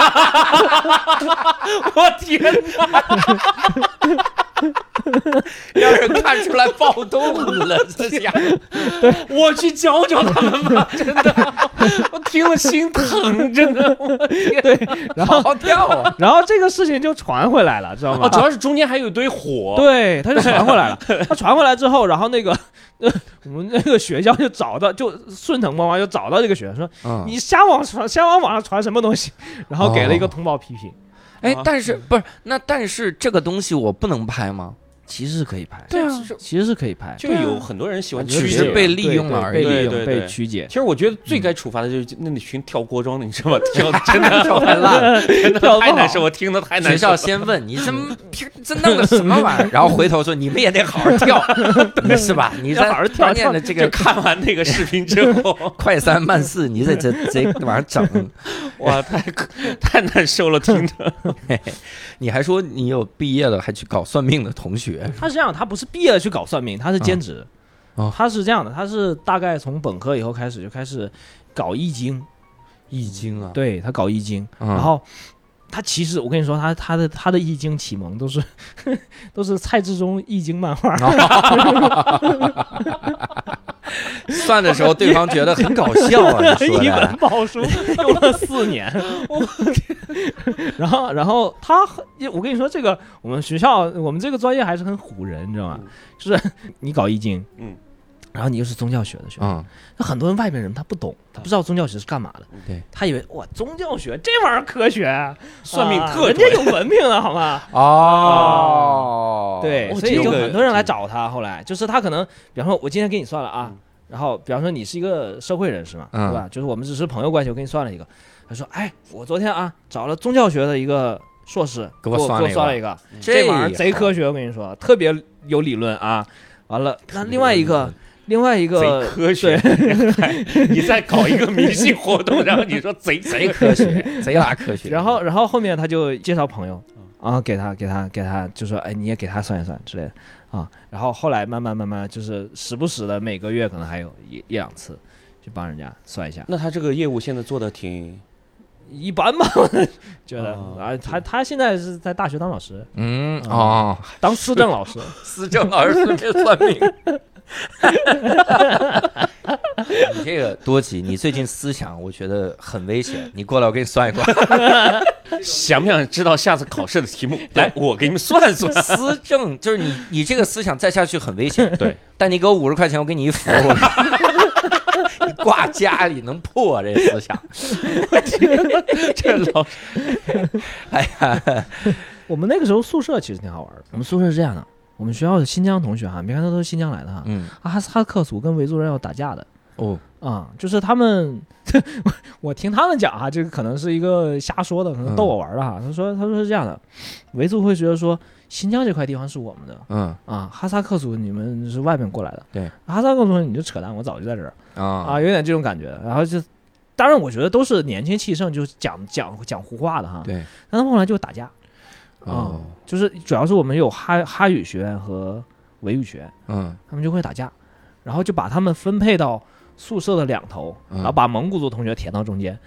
我天哪！ 让人看出来暴动了，这下， 我去教教他们吧！真的，我听了心疼，真的。我天， 对，然后好跳啊！ 然后这个事情就传回来了，知道吗？ 哦，主要是中间还有一堆火。 对，他就传回来了。他传回来之后，然后那个呃，我们那个学校就找到，就顺藤摸瓜就找到这个学生说：“嗯、你瞎往传，瞎往网上传什么东西？”然后给了一个通报批评。 哎、哦，但是不是那？但是这个东西我不能拍吗？ 其实是可以拍， 对啊， 其实是可以拍， 就有很多人喜欢曲解， 只是被利用了而已， 被利用、被曲解。 其实我觉得最该处罚的就是那群跳锅庄的，你知道吗？跳的真的太烂了，真的太难受，我听的太难受。 学校先问你这么这弄的什么玩意儿，然后回头说你们也得好好跳，是吧？你在好好跳念的这个， 看完那个视频之后， 快三慢四，你在这这往上整， 哇，太太难受了，听着。 你还说你有毕业了还去搞算命的同学？ 他是这样，他不是毕业了去搞算命，他是兼职。哦，他是这样的，他是大概从本科以后开始就开始搞易经， 易经啊， 对他搞易经，嗯、然后他其实我跟你说，他他的他的易经启蒙都是都是蔡志忠易经漫画。 算的时候，对方觉得很搞笑啊！你说一本宝书用了四年，然后，然后他，我跟你说，这个我们学校，我们这个专业还是很唬人，你知道吗？就是你搞易经，嗯，然后你又是宗教学的学生，那、嗯、很多人外边人他不懂，他不知道宗教学是干嘛的， 对， 他以为哇，宗教学这玩意儿科学， 算命特、 啊，人家有文凭的好吗？ 哦， 啊、对，所以就很多人来找他。后来就是他可能，比方说，我今天给你算了啊。嗯，然后，比方说你是一个社会人士嘛，嗯、对吧？就是我们只是朋友关系，我给你算了一个。他说：“哎，我昨天啊找了宗教学的一个硕士， 给我算了一个， 算了一个这玩意儿贼科学，我跟你说，特别有理论啊。完了，那另外一个，另外一个贼科学，你再搞一个迷信活动，然后你说贼贼科学，贼拉科学。 然后，然后后面他就介绍朋友啊，给他，给他，给他，就说，哎，你也给他算一算之类的。”啊，然后后来慢慢慢慢就是时不时的每个月可能还有一一两次，去帮人家算一下。 那他这个业务现在做的挺一般吧，觉得、哦、啊，他他现在是在大学当老师， 嗯哦， 当思政老师， 思政老师顺便算命。你这个多吉，你最近思想我觉得很危险，你过来我给你算一卦。 想不想知道下次考试的题目？来，我给你们算算。 思政就是你，你这个思想再下去很危险。 对， 但你给我五十块钱，我给你一符，你挂家里能破这思想。 这老， 哎呀， 我们那个时候宿舍其实挺好玩的。我们宿舍是这样的，我们学校的新疆同学哈，别看他都是新疆来的哈，嗯，哈萨克族跟维族人要打架的哦，啊、嗯，就是他们，我听他们讲哈，这个可能是一个瞎说的，可能逗我玩的哈。嗯、他说他说是这样的，维族会觉得说新疆这块地方是我们的，嗯啊，哈萨克族你们是外面过来的， 对， 哈萨克族你就扯淡，我早就在这儿啊啊，有点这种感觉，然后就。当然，我觉得都是年轻气盛，就讲讲讲胡话的哈。 对， 但他们后来就打架，啊、哦嗯，就是主要是我们有哈哈语学院和维语学院，嗯，他们就会打架，然后就把他们分配到宿舍的两头，嗯、然后把蒙古族同学填到中间。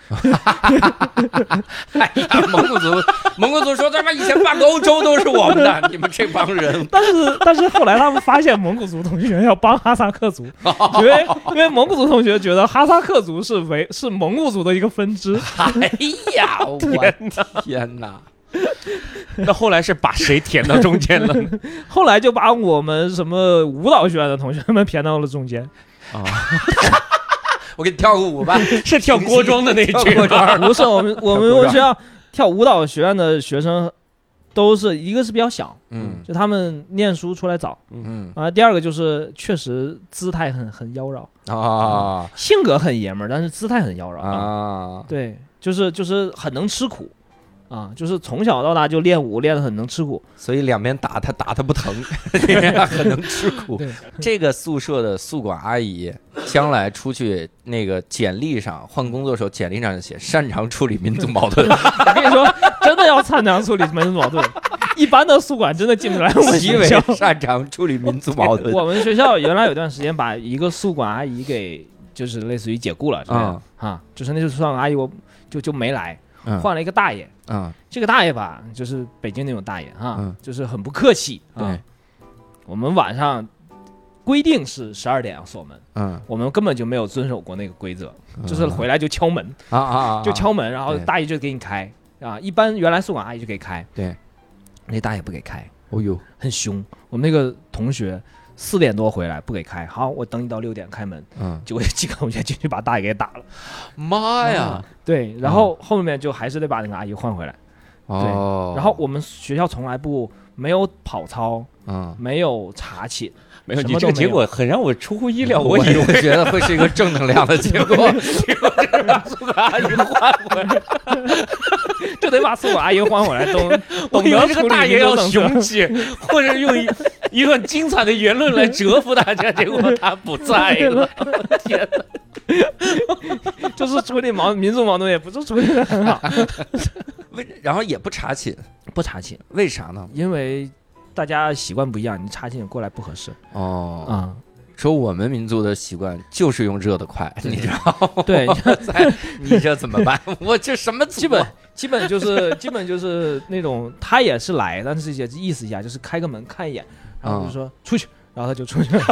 哎呀，蒙古族，蒙古族说他妈以前半个欧洲都是我们的，你们这帮人。 但是但是后来他们发现蒙古族同学要帮哈萨克族，因为因为蒙古族同学觉得哈萨克族是维是蒙古族的一个分支。 哎呀，我天哪！ 那后来是把谁填到中间了？ 后来就把我们什么舞蹈学院的同学们填到了中间。啊。 我给你跳个舞吧， 是跳锅庄的那一群吗？ 不是，我们我们我们学校跳舞蹈学院的学生都是一个是比较小，嗯，就他们念书出来早，嗯啊，第二个就是确实姿态很很妖娆啊、嗯，性格很爷们儿，但是姿态很妖娆啊，对，就是就是很能吃苦。啊，就是从小到大就练武，练得很能吃苦， 所以两边打他打他不疼，很能吃苦。这个宿舍的宿管阿姨将来出去那个简历上换工作的时候，简历上就写擅长处理民族矛盾。 我跟你说，真的要擅长处理民族矛盾，一般的宿管真的进不来我们学校。 擅长处理民族矛盾。 我们学校原来有段时间把一个宿管阿姨给就是类似于解雇了，这样、嗯、啊，就是那个宿管阿姨我就就没来。换了一个大爷，嗯，这个大爷吧，就是北京那种大爷啊，嗯、就是很不客气。对、啊，我们晚上规定是十二点要锁门，嗯，我们根本就没有遵守过那个规则，嗯、就是回来就敲门啊啊，就敲门，然后大爷就给你开啊。一般原来宿管阿姨就给开， 对， 那大爷不给开， 哦呦， 很凶。我们那个同学四点多回来不给开，好，我等你到六点开门，嗯，结果几个同学进去把大爷给打了， 妈呀！ 嗯对，然后后面就还是得把那个阿姨换回来。哦，对，然后我们学校从来不没有跑操，嗯，没有查寝， 没有。你这个结果很让我出乎意料， 我以为觉得会是一个正能量的结果，结果是把宿管阿姨换回来， 就得把宿管阿姨换回来。懂， 我以为这个大爷要雄起，或者用一一段精彩的言论来折服大家，结果他不在了。天哪！ 就是处理矛民族矛盾也不是处理的很好， 然后也不查寝， 不查寝， 为啥呢？ 因为大家习惯不一样，你查寝过来不合适。哦，啊、嗯， 说我们民族的习惯就是用热的快，你知道吗？ 对， 你这怎么办？我这什么基本基本就是基本就是那种他也是来，但是也意思一下，就是开个门看一眼，然后就说、嗯、出去。然后他就出去了。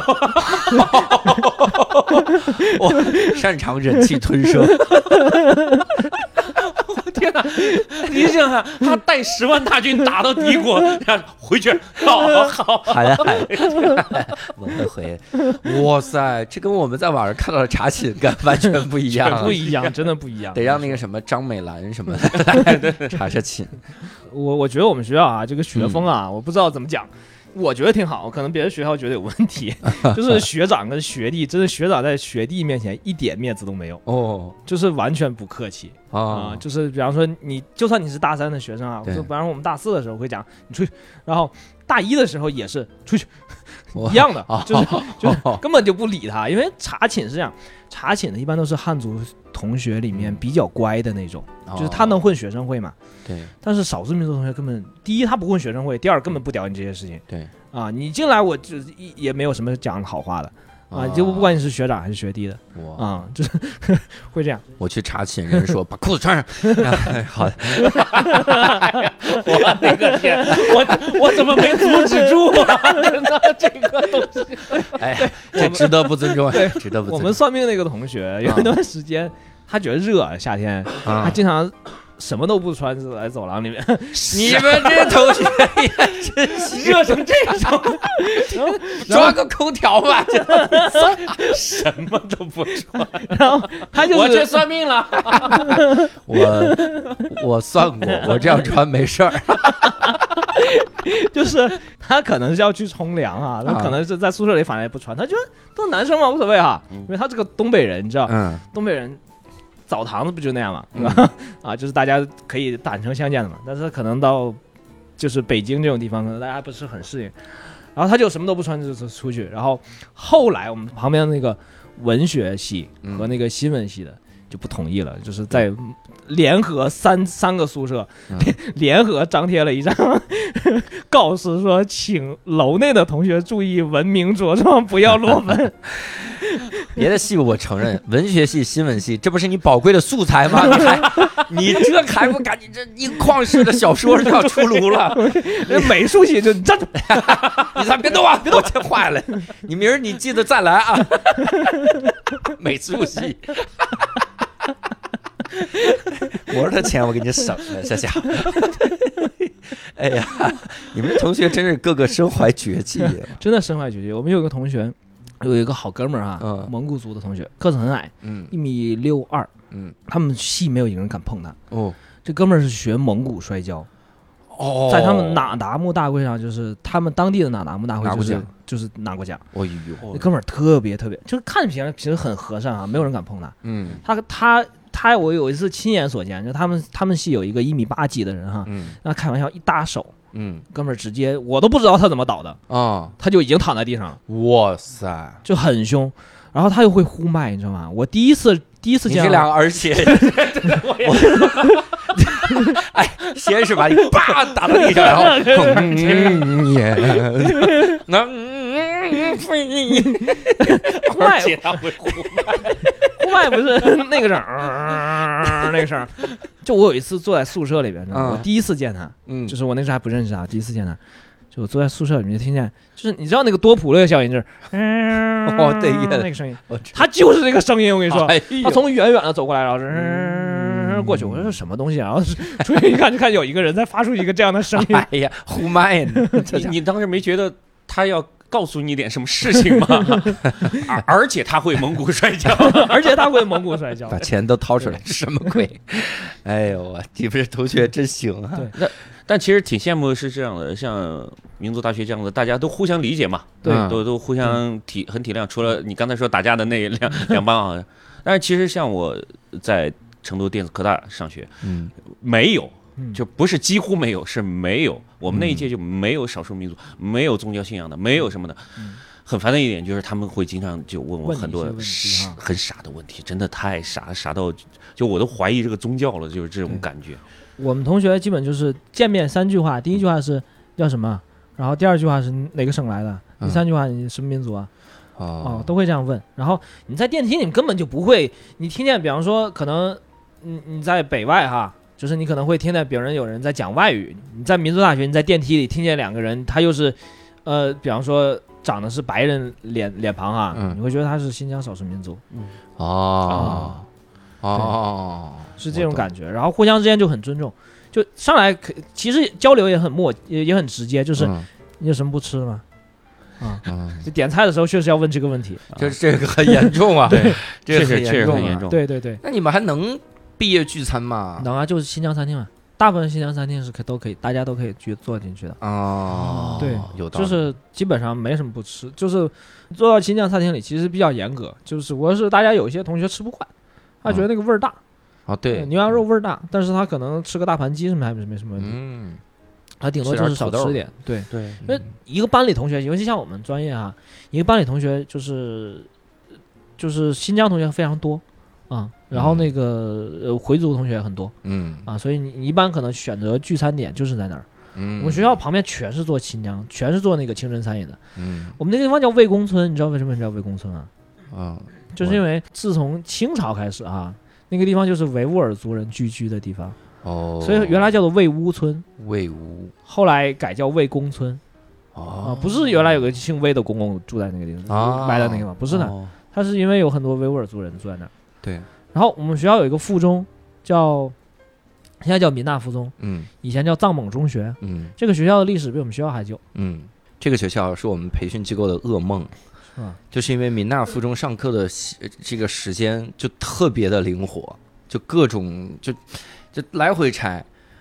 我擅长忍气吞声。 我天哪！你想想，他带十万大军打到敌国，回去，好好好呀，我会回。哇塞，这跟我们在网上看到的查寝感完全不一样， 不一样，真的不一样。 得让那个什么张美兰什么的来查查寝。 我我觉得我们学校啊，这个学风啊，嗯、我不知道怎么讲。我觉得挺好，可能别的学校觉得有问题，就是学长跟学弟，真的学长在学弟面前一点面子都没有哦，就是完全不客气啊、呃，就是比方说你，就算你是大三的学生啊，就比方说我们大四的时候会讲你出去，然后大一的时候也是出去，一样的，就是就是根本就不理他，因为查寝是这样，查寝的一般都是汉族同学里面比较乖的那种，就是他能混学生会嘛。对，但是少数民族同学根本，第一他不混学生会，第二根本不屌你这些事情。 对啊，你进来我就也没有什么讲好话的啊，就不管你是学长还是学弟的啊，就是会这样。 我去查寝，人说把裤子穿上。哎、好的。 我那个天，我我怎么没阻止住啊？真的这个东西， 哎，这值得不尊重，对，值得不尊重。 我们算命那个同学有一段时间，他觉得热，夏天，他经常。什么都不穿就在走廊里面， 你们这同学也真行， 热成这种， 装个空调吧， 什么都不穿。 然后他就是我去算命了， 我我算过，我这样穿没事儿。 就是他可能是要去冲凉啊，他可能是在宿舍里反正也不穿，他觉得都是男生嘛，无所谓哈，因为他这个东北人，你知道，嗯、东北人澡堂子不就那样嘛，对吧？嗯、啊，就是大家可以坦诚相见的嘛，但是可能到就是北京这种地方，可能大家不是很适应，然后他就什么都不穿就是出去，然后后来我们旁边那个文学系和那个新闻系的就不同意了，就是在联合三三个宿舍、嗯、联合张贴了一张告示，说请楼内的同学注意文明着装，不要裸奔。 别的系我承认，文学系、新闻系，这不是你宝贵的素材吗？你还你这还不赶紧，这一旷世的小说就要出炉了。 美术系就你站住， 你咱别动啊，别动，这坏了。你明儿你记得再来啊。美术系。我说他钱我给你省了，夏夏。哎呀，你们同学真是个个身怀绝技， 真的身怀绝技。我们有个同学，有一个好哥们儿啊，嗯、蒙古族的同学，个子很矮，嗯，一米六二，嗯，他们系没有一个人敢碰他。哦，这哥们儿是学蒙古摔跤。哦，在他们哪达慕大会上，就是他们当地的哪达慕大会，就是就是拿过奖。哦呦，那哥们儿特别特别，就是看平时平时很和善啊，没有人敢碰他。嗯，他他他，我有一次亲眼所见，就他们他们系有一个一米八几的人哈，嗯，那开玩笑一搭手，嗯，哥们儿直接我都不知道他怎么倒的啊，他就已经躺在地上了。 哇塞， 就很凶，然后他又会呼麦，你知道吗？我第一次第一次见这两个，而且我。哎，先是把你叭打到地上，然后那呼麦，他会呼麦，呼麦不是那个声儿，那个声儿。就我有一次坐在宿舍里边，我第一次见他，嗯，就是我那时候还不认识他，第一次见他，就我坐在宿舍里面就听见，就是你知道那个多普勒效应，就是嗯， 哦，对， 那个声音，他就是这个声音，我跟你说，他从远远的走过来，然后嗯。过去，我说是什么东西？然后出去一看，就看有一个人在发出一个这样的声音。 哎呀，呼麦呢！ 你你当时没觉得他要告诉你点什么事情吗？而且他会蒙古摔跤， 而且他会蒙古摔跤， 把钱都掏出来，什么鬼？哎呦我，你们这同学真行啊！ 对， 那但其实挺羡慕是这样的，像民族大学这样的，大家都互相理解嘛，对，都都互相体很体谅。除了你刚才说打架的那两两帮啊，但是其实像我在。成都电子科大上学，嗯，没有，就不是几乎没有，是没有。我们那一届就没有少数民族，没有宗教信仰的，没有什么的。嗯、很烦的一点就是他们会经常就问我很多很傻的问题，真的太傻，傻到就我都怀疑这个宗教了，就是这种感觉。 我们同学基本就是见面三句话，第一句话是叫什么，然后第二句话是哪个省来的，第三句话你什么民族啊？哦，都会这样问。然后你在电梯里根本就不会，你听见，比方说可能。你你在北外哈，就是你可能会听见别人有人在讲外语。你在民族大学，你在电梯里听见两个人，他又是，呃，比方说长得是白人脸脸庞哈，嗯、你会觉得他是新疆少数民族。嗯， 哦，哦， 是这种感觉。然后互相之间就很尊重，就上来可其实交流也很默也也很直接，就是、嗯、你有什么不吃吗？啊，嗯，就点菜的时候确实要问这个问题， 这这个很严重啊， 对， 这个确实很严重。 对对对， 那你们还能？毕业聚餐嘛， 能啊，就是新疆餐厅嘛，大部分新疆餐厅是可都可以，大家都可以去坐进去的。 哦， 对， 有道理， 就是基本上没什么不吃，就是坐到新疆餐厅里，其实比较严格，就是我是大家有一些同学吃不惯，他觉得那个味儿大。 哦，对， 牛羊肉味儿大，但是他可能吃个大盘鸡什么还没什么问题。嗯，他顶多就是少吃点。对对，因为一个班里同学，尤其像我们专业啊，一个班里同学就是就是新疆同学非常多。啊、嗯，然后那个呃回族同学也很多，嗯啊，所以你你一般可能选择聚餐点就是在那儿。嗯，我们学校旁边全是做新疆，全是做那个清真餐饮的。嗯，我们那个地方叫魏公村，你知道为什么叫魏公村啊？啊，就是因为自从清朝开始啊，那个地方就是维吾尔族人聚居的地方。哦，所以原来叫做魏乌村， 魏乌， 后来改叫魏公村。哦，啊，不是原来有个姓魏的公公住在那个地方，哦、埋在那个地方，不是的，哦、他是因为有很多维吾尔族人住在那儿。 对， 然后我们学校有一个附中，叫现在叫民大附中，嗯，以前叫藏蒙中学，嗯，这个学校的历史比我们学校还久， 嗯，这个学校是我们培训机构的噩梦，是吧？就是因为民大附中上课的这个时间就特别的灵活，就各种就就来回拆，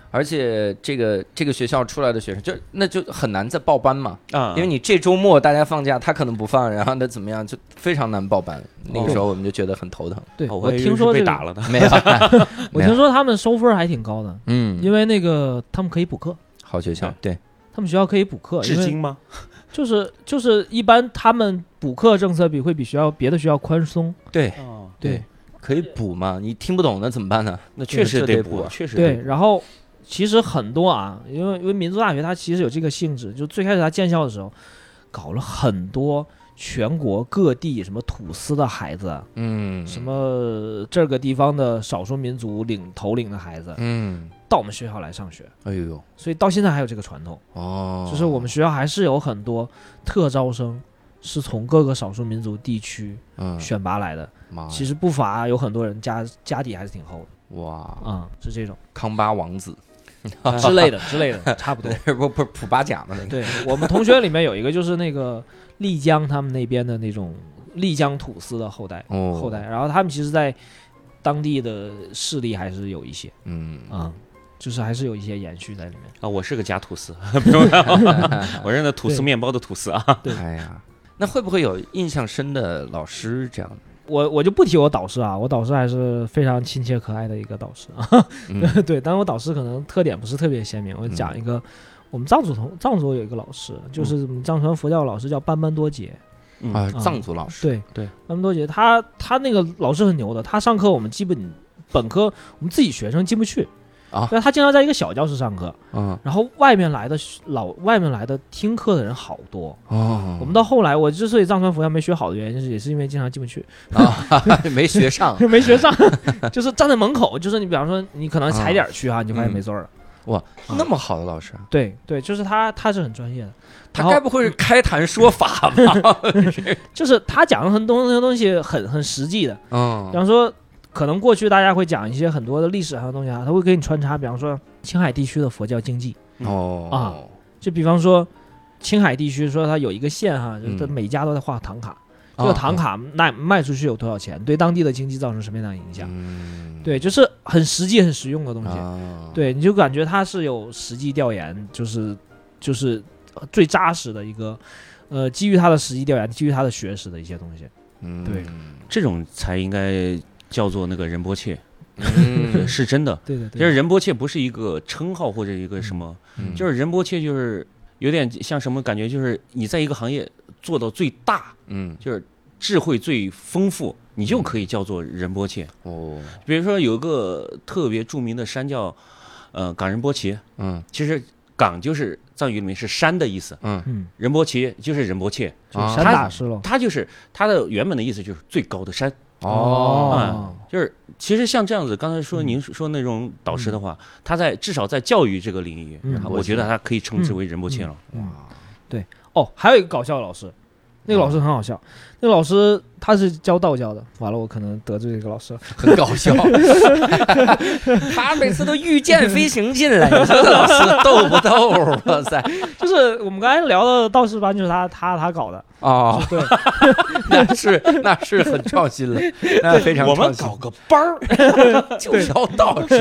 而且这个这个学校出来的学生，就那就很难再报班嘛啊， 因为你这周末大家放假，他可能不放，然后那怎么样，就非常难报班。那个时候我们就觉得很头疼。 对， 哦、 我听说、这个、 被打了的， 没有， 我听说他们收分还挺高的， 嗯， 因为那个他们可以补课， 好学校，对， 他们学校可以补课， 至今吗？ 就是就是一般他们补课政策比会比学校别的学校宽松， 对， 哦、 对， 可以补嘛？你听不懂那怎么办呢？ 那确实得补，确实对。然后其实很多啊，因为因为民族大学它其实有这个性质，就最开始它建校的时候，搞了很多全国各地什么土司的孩子， 嗯， 什么这个地方的少数民族领头领的孩子， 嗯， 到我们学校来上学。 哎呦， 所以到现在还有这个传统哦， 就是我们学校还是有很多特招生是从各个少数民族地区选拔来的。 嗯、 其实不乏有很多人家家底还是挺厚的。哇， 啊、嗯，是这种康巴王子之类的之类的，差不多。 不不普巴甲的那个。 对，我们同学里面有一个就是那个丽江他们那边的那种丽江土司的后代、哦、后代，然后他们其实在当地的势力还是有一些，嗯啊。嗯，就是还是有一些延续在里面啊。我是个假吐司，不用我认得吐司面包的吐司啊。 对，哎呀，那会不会有印象深的老师这样的？ 我我就不提我导师啊，我导师还是非常亲切可爱的一个导师啊。嗯、对，但是我导师可能特点不是特别鲜明。我讲一个，嗯、我们藏族同藏族有一个老师，就是藏传佛教老师叫班班多杰。 嗯、啊，藏族老师。 对对， 班班多杰，他他那个老师很牛的，他上课我们基本本科我们自己学生进不去。啊，他经常在一个小教室上课，嗯，然后外面来的老外面来的听课的人好多哦。我们到后来，我之所以藏传佛教没学好的原因，是也是因为经常进不去啊，没学上， 没学上，就是站在门口，就是你比方说你可能踩点去哈，你就发现没座了。 哇，那么好的老师啊！ 对对，就是他，他是很专业的。 他该不会是开坛说法吧？ 就是他讲的很多那些东西很很实际的，嗯，比方说。可能过去大家会讲一些很多的历史上的东西啊，他会给你穿插，比方说青海地区的佛教经济哦啊，就比方说青海地区说它有一个县哈，就是每家都在画唐卡，嗯、这个唐卡卖卖出去有多少钱，对当地的经济造成什么样的影响？嗯、对，就是很实际、很实用的东西。哦、对，你就感觉它是有实际调研，就是就是最扎实的一个，呃，基于他的实际调研，基于他的学识的一些东西。嗯，对， 这种才应该。叫做那个仁波切，嗯，是真的。 对对对， 就是仁波切不是一个称号或者一个什么，嗯、就是仁波切就是有点像什么感觉，就是你在一个行业做到最大，嗯，就是智慧最丰富，你就可以叫做仁波切。哦，比如说有一个特别著名的山叫呃冈仁波齐，嗯，其实冈就是藏语里面是山的意思，嗯嗯，仁波齐就是仁波切， 就是山大师了。 它就是它的原本的意思就是最高的山。 哦、 嗯，就是其实像这样子，刚才说您说那种导师的话，嗯、他在至少在教育这个领域，嗯、我觉得他可以称之为仁波切了。 哇、嗯嗯，对哦，还有一个搞笑的老师，那个老师很好笑，哦、那个老师他是教道教的，完了我可能得罪这个老师了， 很搞笑。他每次都御剑飞行进来，你说这老师逗不逗？哇塞！ 就是我们刚才聊的道士班，就是他他他搞的哦， 对， 那是那是很创新了，那非常创新。 我们搞个班儿就教道士。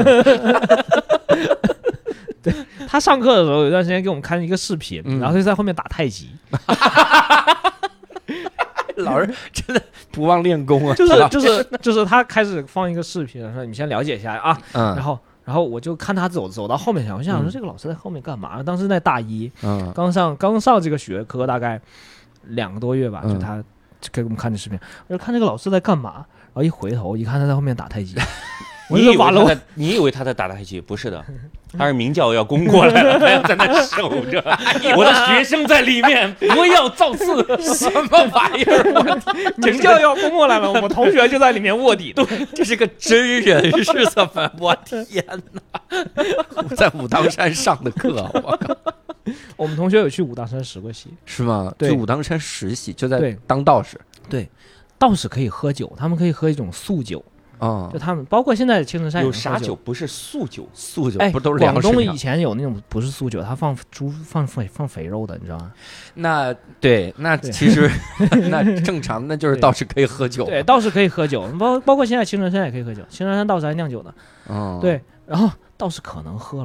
对，他上课的时候有段时间给我们看一个视频，嗯、然后就在后面打太极。 老师真的不忘练功啊！ 就是就是就是他开始放一个视频，说你先了解一下啊，嗯、然后然后我就看他走走到后面去，我想说这个老师在后面干嘛？当时在大一，嗯，刚上刚上这个学科大概两个多月吧，嗯、就他给我们看这视频，我就看这个老师在干嘛，然后一回头一看他在后面打太极。 你以为他在你以为他在打太极？不是的，他是明教要攻过来了，他要在那守着。我的学生在里面，不要造次。 什么玩意儿？ 明教要攻过来了，我们同学就在里面卧底。 对，这是个真人是怎么？我天哪！在武当山上的课，我靠！ 我们同学有去武当山实过习， 是吗？对，武当山实习就在当道士。 对，道士可以喝酒，他们可以喝一种素酒。啊、嗯，就他们包括现在青城山有啥酒不是素酒？ 素酒哎， 不都是广东以前有那种不是素酒，它放猪放肥放肥肉的，你知道吗？ 那对，那其实那正常，那就是道士可以喝酒。 对，道士可以喝酒，包包括现在青城山也可以喝酒，青城山道士还酿酒呢。嗯，对，然后道士可能喝了。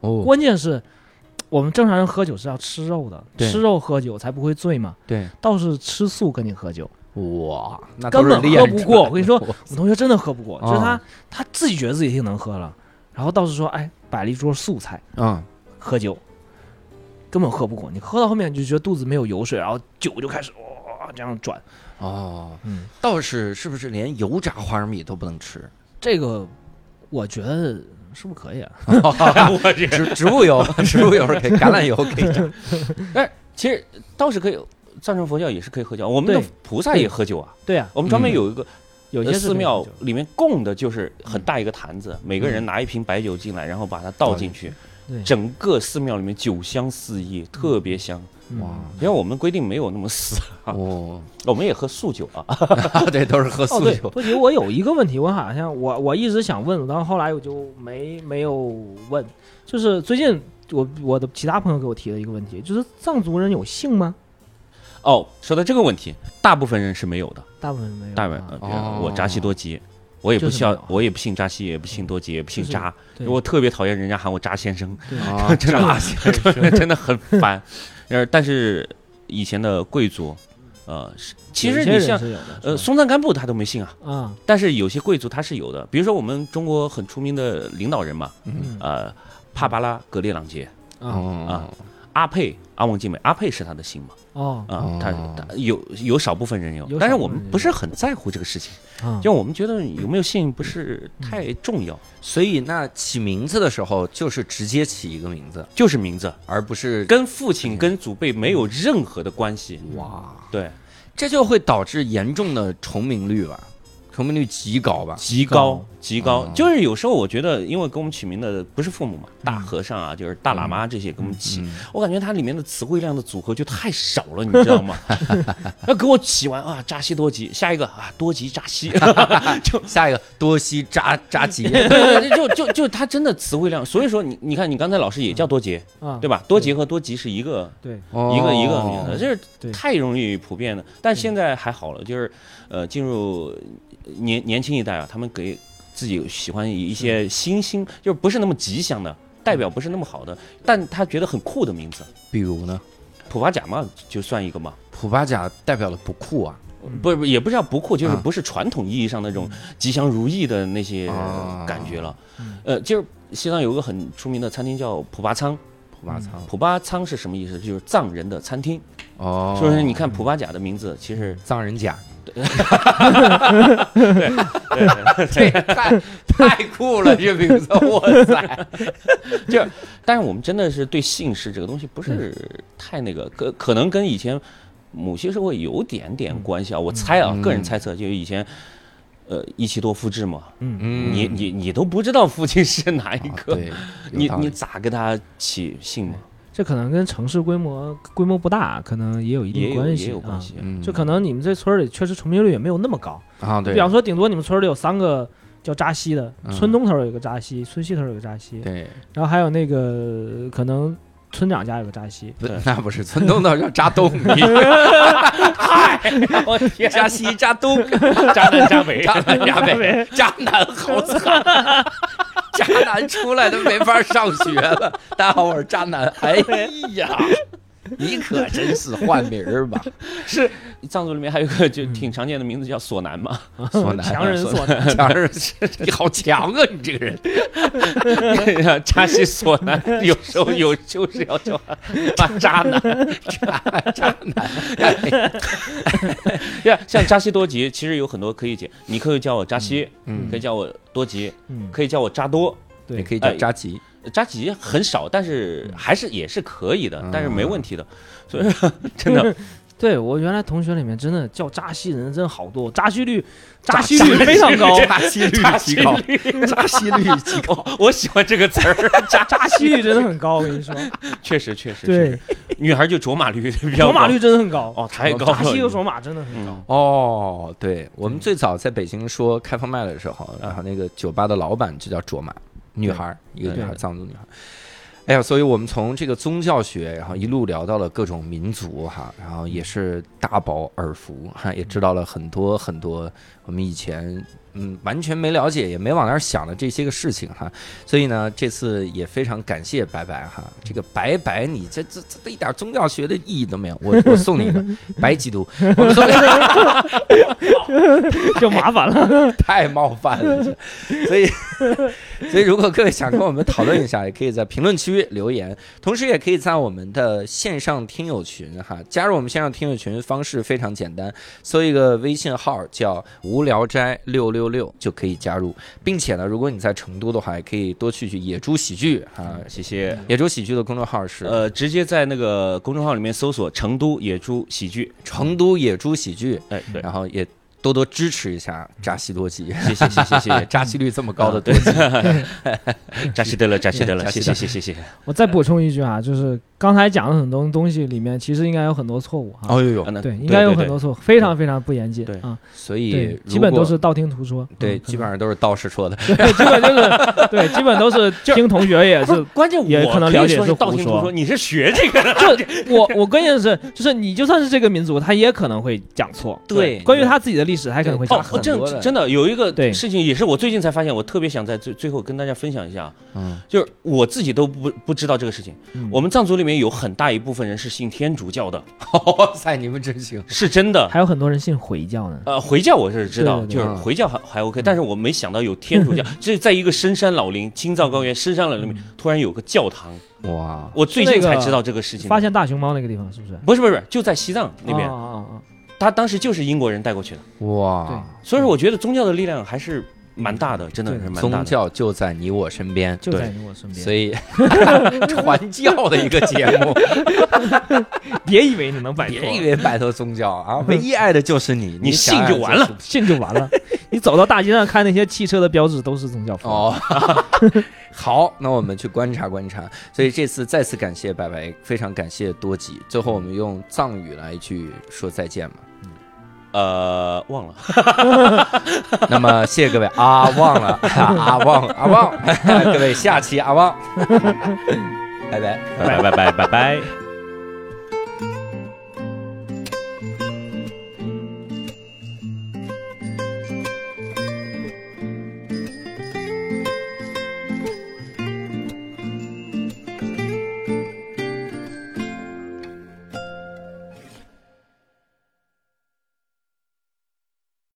哦， 关键是我们正常人喝酒是要吃肉的，吃肉喝酒才不会醉嘛。 对， 倒是吃素跟你喝酒， 哇，那根本喝不过。我跟你说， 我我同学真的喝不过， 哦、 就是他他自己觉得自己挺能喝了，然后倒是说，哎，摆了一桌素菜， 嗯， 喝酒根本喝不过。你喝到后面你就觉得肚子没有油水，然后酒就开始哇、哦、这样转。 哦， 嗯， 倒是是不是连油炸花生米都不能吃？ 这个我觉得。是不是可以啊？ 我这植植物油，植物油可以，橄榄油可以炸。 但其实倒是可以，藏传佛教也是可以喝酒，我们的菩萨也喝酒啊。 对啊， 我们专门有一个、嗯、 有些寺庙里面供的就是很大一个坛子，嗯、每个人拿一瓶白酒进来，然后把它倒进去， 对， 整个寺庙里面酒香四溢，特别香。 哇！ 因为我们规定没有那么死啊， 哦， 我们也喝素酒啊， 对，都是喝素酒。 不行，我有一个问题，我好像我我一直想问，但后来我就没没有问。就是最近我我的其他朋友给我提的一个问题，就是藏族人有姓吗？ 哦，说到这个问题，大部分人是没有的， 大部分人没有。 大部分， 啊哦、我扎西多吉。我也不叫、就是， 我也不姓扎西，也不姓多吉，也不姓扎。 就是、 我特别讨厌人家喊我扎先生， 啊、 真的真的很烦。呃，但是以前的贵族，呃，其实你像呃松赞干布他都没姓啊， 啊， 但是有些贵族他是有的，比如说我们中国很出名的领导人嘛， 嗯、 呃，帕巴拉格列朗杰啊啊，阿佩阿旺晋美，阿佩是他的姓嘛。 哦啊，他他有有少部分人有， 有但是我们不是很在乎这个事情， 啊、 就我们觉得有没有姓不是太重要， 所以那起名字的时候就是直接起一个名字， 就是名字， 而不是跟父亲跟祖辈没有任何的关系。 哇， 对， 这就会导致严重的重名率吧？重名率极高吧？ 极高极高， 嗯、 就是有时候我觉得，因为给我们起名的不是父母嘛，大和尚啊，就是大喇嘛这些给我们起， 嗯、 我感觉它里面的词汇量的组合就太少了，你知道吗？要给我起完啊，扎西多吉，下一个啊多吉扎西， 就下一个多西扎扎吉， 对对，就就就它真的词汇量，所以说你你看你刚才老师也叫多杰， 啊， 对吧？多杰和多吉是一个对一个一个名字，这是太容易普遍了。但现在还好了，就是呃进入。年年轻一代啊，他们给自己喜欢一些新兴，就是不是那么吉祥的，代表不是那么好的，但他觉得很酷的名字。 比如呢， 普巴甲嘛，就算一个嘛。 普巴甲代表了不酷啊， 不不也不是叫不酷，就是不是传统意义上那种吉祥如意的那些感觉了。 嗯、 呃，就是西藏有一个很出名的餐厅叫普巴仓。 普巴仓， 普巴仓是什么意思？就是藏人的餐厅。 哦， 所以说你看普巴甲的名字，其实藏人甲。 对对对，太太酷了，这名字，哇塞！ 就，但是我们真的是对姓氏这个东西不是太那个，可可能跟以前母系社会有点点关系啊。我猜啊， 嗯、 个人猜测，就以前，呃，一妻多夫制嘛， 嗯， 你你你都不知道父亲是哪一个， 啊、对， 你你咋给他起姓嘛？ 这可能跟城市规模规模不大，可能也有一定关系， 也有关系。 啊嗯、就可能你们这村里确实重名率也没有那么高啊。对， 比方说，顶多你们村里有三个叫扎西的，嗯、村东头有一个扎西，村西头有一个扎西， 对， 然后还有那个可能村长家有个扎西， 那不是村东头叫扎东， 嗨，我天， 扎西扎东， 扎南扎北， 扎南扎北，扎南好惨。渣男出来都没法上学了。大家好，我是渣男。哎呀，你可真是换名儿吧？ 是藏族里面还有一个就挺常见的名字叫索南嘛， 索南， 强人索南， 强人，你好强啊！你这个人， 扎西索南，有时候有就是要叫他渣男， 渣渣男。 呀，像扎西多吉，其实有很多可以解，你可以叫我扎西， 嗯， 可以叫我多吉， 嗯， 可以叫我扎多， 对， 你可以叫扎吉。 扎吉很少，但是还是也是可以的，但是没问题的。所以说，真的， 对我原来同学里面真的叫扎西人真好多，扎西率扎西率非常高， 扎西率极高，扎西率极高。 我喜欢这个词儿， 扎扎西率真的很高，我跟你说， 确实确实， 对， 女孩就卓玛率比较高， 卓玛率真的很高哦，太高了。 扎西和卓玛真的很高。 哦，对，我们最早在北京说开放麦的时候，然后那个酒吧的老板就叫卓玛。女孩，一个女孩，藏族女孩。哎呀，所以我们从这个宗教学，然后一路聊到了各种民族哈，然后也是大饱耳福哈，也知道了很多很多我们以前嗯完全没了解，也没往那儿想的这些个事情哈。所以呢，这次也非常感谢白白哈，这个白白你这这这一点宗教学的意义都没有，我我送你一个白基督，我们送你就麻烦了， 太冒犯了。所以所以如果各位想跟我们讨论一下，也可以在评论区留言，同时也可以在我们的线上听友群哈，加入我们线上听友群方式非常简单，搜一个微信号叫无聊斋六六六就可以加入，并且呢，如果你在成都的话，也可以多去去野猪喜剧啊， 谢谢。 野猪喜剧的公众号是呃，直接在那个公众号里面搜索成都野猪喜剧， 成都野猪喜剧， 哎，对， 然后也多多支持一下扎西多吉， 谢谢谢谢谢谢， 扎西率这么高的多吉， 扎西得了扎西得了，谢谢谢谢谢谢。 我再补充一句啊，就是刚才讲的很多东西里面，其实应该有很多错误哈。 哦呦呦， 对，应该有很多错误，非常非常不严谨。 对啊， 所以基本都是道听途说。 对，基本上都是道士说的。 对，基本就是对，基本都是听同学也是， 关键也可能了解是道听途说，你是学这个的。 就我我关键是就是你就算是这个民族，他也可能会讲错。 对， 关于他自己的历史，他可能会讲错。 真真的有一个对事情，也是我最近才发现，我特别想在最最后跟大家分享一下。嗯，就是我自己都不不知道这个事情。嗯、我们藏族里面有很大一部分人是信天主教的。 哇塞，你们真行， 是真的。 还有很多人信回教呢。 呃，回教我是知道， 对对对就是回教还还 OK，、嗯、但是我没想到有天主教。这在一个深山老林、青藏高原深山老林里面，嗯、突然有个教堂。 哇！ 我最近才知道这个事情。 发现大熊猫那个地方是不是？ 不是不是，就在西藏那边。 哦哦哦他当时就是英国人带过去的。 哇！ 对， 所以说我觉得宗教的力量还是蛮大的，真的是蛮大的。 宗教就在你我身边， 就在你我身边。 所以传教的一个节目， 别以为你能摆脱， 别以为摆脱宗教啊，唯一爱的就是你， 你信就完了， 信就完了。你走到大街上看那些汽车的标志都是宗教符号。 哦。好，那我们去观察观察。所以这次再次感谢白白，非常感谢多吉。最后我们用藏语来去说再见嘛。 呃，忘了。 那么谢谢各位啊，忘了阿旺阿旺，各位下期阿旺，拜拜拜拜拜拜拜拜。